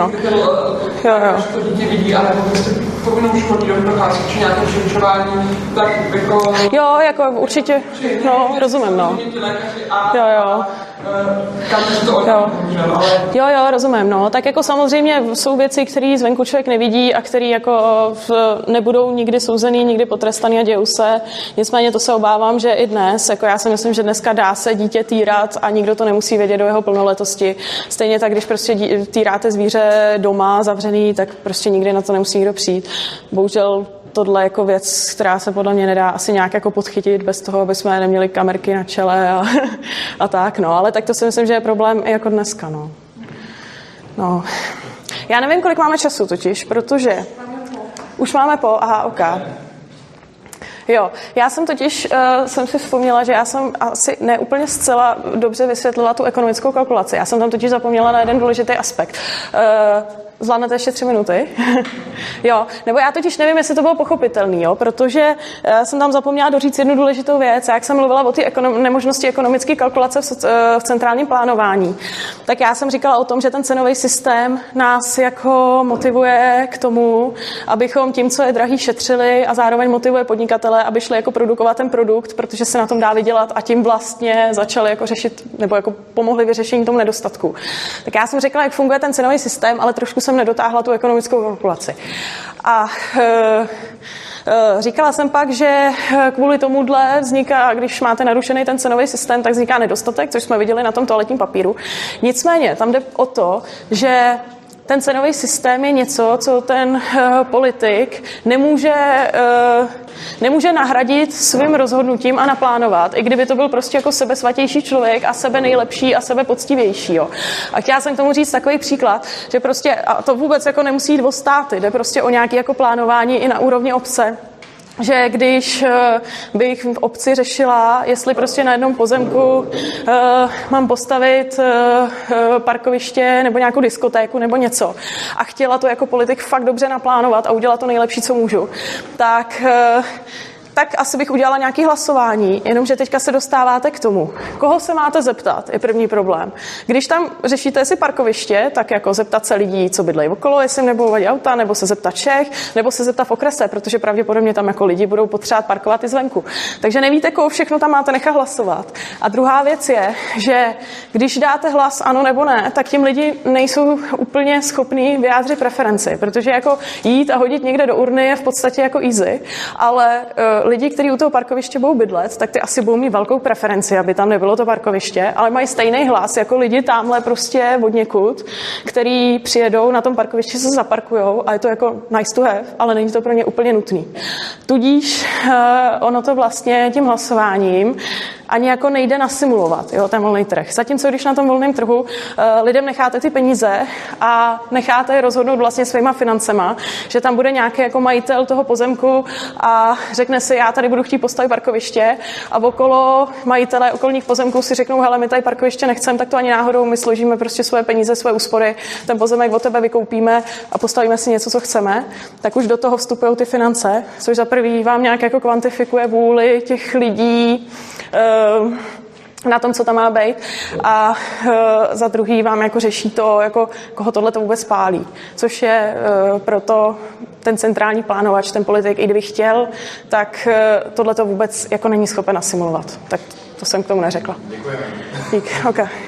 I: to dítě vidí, ale prostě povinnou školní docházku či nějaké vyšetřování, tak jako...
B: Jo, jako určitě, no, rozumím, no. Jo, rozumím, no. Tak jako samozřejmě jsou věci, které zvenku člověk nevidí a které jako nebudou nikdy souzený, nikdy potrestaný a dějou se. Nicméně to se obávám, že i dnes, jako já si myslím, že dneska dá se dítě týrat a nikdo to nemusí vědět do jeho plnoletosti. Stejně tak, když prostě týráte zvíře doma zavřený, tak prostě nikdy na to nemusí nikdo přijít. Bohužel tohle jako věc, která se podle mě nedá asi nějak jako podchytit bez toho, aby jsme neměli kamerky na čele a tak, no. Ale tak to si myslím, že je problém i jako dneska, no. No. Já nevím, kolik máme času totiž, protože už máme ok. Jo, já jsem totiž, jsem si vzpomněla, že já jsem asi neúplně zcela dobře vysvětlila tu ekonomickou kalkulaci. Já jsem tam totiž zapomněla na jeden důležitý aspekt. Zvládnete ještě 3 minuty? Jo, nebo já totiž nevím, jestli to bylo pochopitelný, jo, protože jsem tam zapomněla doříct jednu důležitou věc. Jak jsem mluvila o té nemožnosti ekonomické kalkulace v centrálním plánování, tak já jsem říkala o tom, že ten cenový systém nás jako motivuje k tomu, abychom tím, co je drahý, šetřili a zároveň motivuje podnikatele, aby šli jako produkovat ten produkt, protože se na tom dá vydělat a tím vlastně začali jako řešit, nebo jako pomohli vyřešení tomu nedostatku. Tak já jsem řekla, jak funguje ten cenový systém, ale trošku jsem nedotáhla tu ekonomickou kalkulaci. A říkala jsem pak, že kvůli tomuhle vzniká, když máte narušený ten cenový systém, tak vzniká nedostatek, což jsme viděli na tom toaletním papíru. Nicméně tam jde o to, že ten cenový systém je něco, co ten politik nemůže nahradit svým rozhodnutím a naplánovat, i kdyby to byl prostě jako sebesvatější člověk a sebe nejlepší a sebe poctivější. Jo. A chtěla jsem k tomu říct takový příklad, že prostě, a to vůbec jako nemusí jít o státy, jde prostě o nějaké jako plánování i na úrovni obce, že když bych v obci řešila, jestli prostě na jednom pozemku mám postavit parkoviště nebo nějakou diskotéku nebo něco a chtěla to jako politik fakt dobře naplánovat a udělat to nejlepší, co můžu, tak asi bych udělala nějaké hlasování, jenomže teďka se dostáváte k tomu. Koho se máte zeptat, je první problém. Když tam řešíte si parkoviště, tak jako zeptat se lidí, co bydlejí okolo, jestli nebudou vadit auta, nebo se zeptat všech, nebo se zeptat v okrese, protože pravděpodobně tam jako lidi budou potřebovat parkovat i zvenku. Takže nevíte, koho všechno tam máte nechat hlasovat. A druhá věc je, že když dáte hlas ano nebo ne, tak tím lidi nejsou úplně schopní vyjádřit preferenci, protože jako jít a hodit někde do urny je v podstatě jako easy, ale lidi, kteří u toho parkoviště budou bydlet, tak ty asi budou mít velkou preferenci, aby tam nebylo to parkoviště, ale mají stejný hlas jako lidi tamhle prostě od někud, který přijedou na tom parkovišti, se zaparkujou a je to jako nice to have, ale není to pro ně úplně nutný. Tudíž ono to vlastně tím hlasováním ani jako nejde nasimulovat, jo, ten volný trh. Zatímco když na tom volném trhu lidem necháte ty peníze a necháte je rozhodnout vlastně svýma financema, že tam bude nějaký jako majitel toho pozemku a řekne si, já tady budu chtít postavit parkoviště a okolo majitelé okolních pozemků si řeknou, hele, my tady parkoviště nechceme, tak to ani náhodou, my složíme prostě svoje peníze, svoje úspory, ten pozemek od tebe vykoupíme a postavíme si něco, co chceme, tak už do toho vstupují ty finance, což za prvý vám nějak jako kvantifikuje vůli těch lidí na tom, co tam má být a za druhý vám jako řeší to, jako koho tohle to vůbec pálí, což je proto ten centrální plánovač, ten politik, i kdyby chtěl, tak tohle to vůbec jako není schopen asimilovat. Tak to jsem k tomu neřekla.
A: Děkujeme.
B: Dík, okay.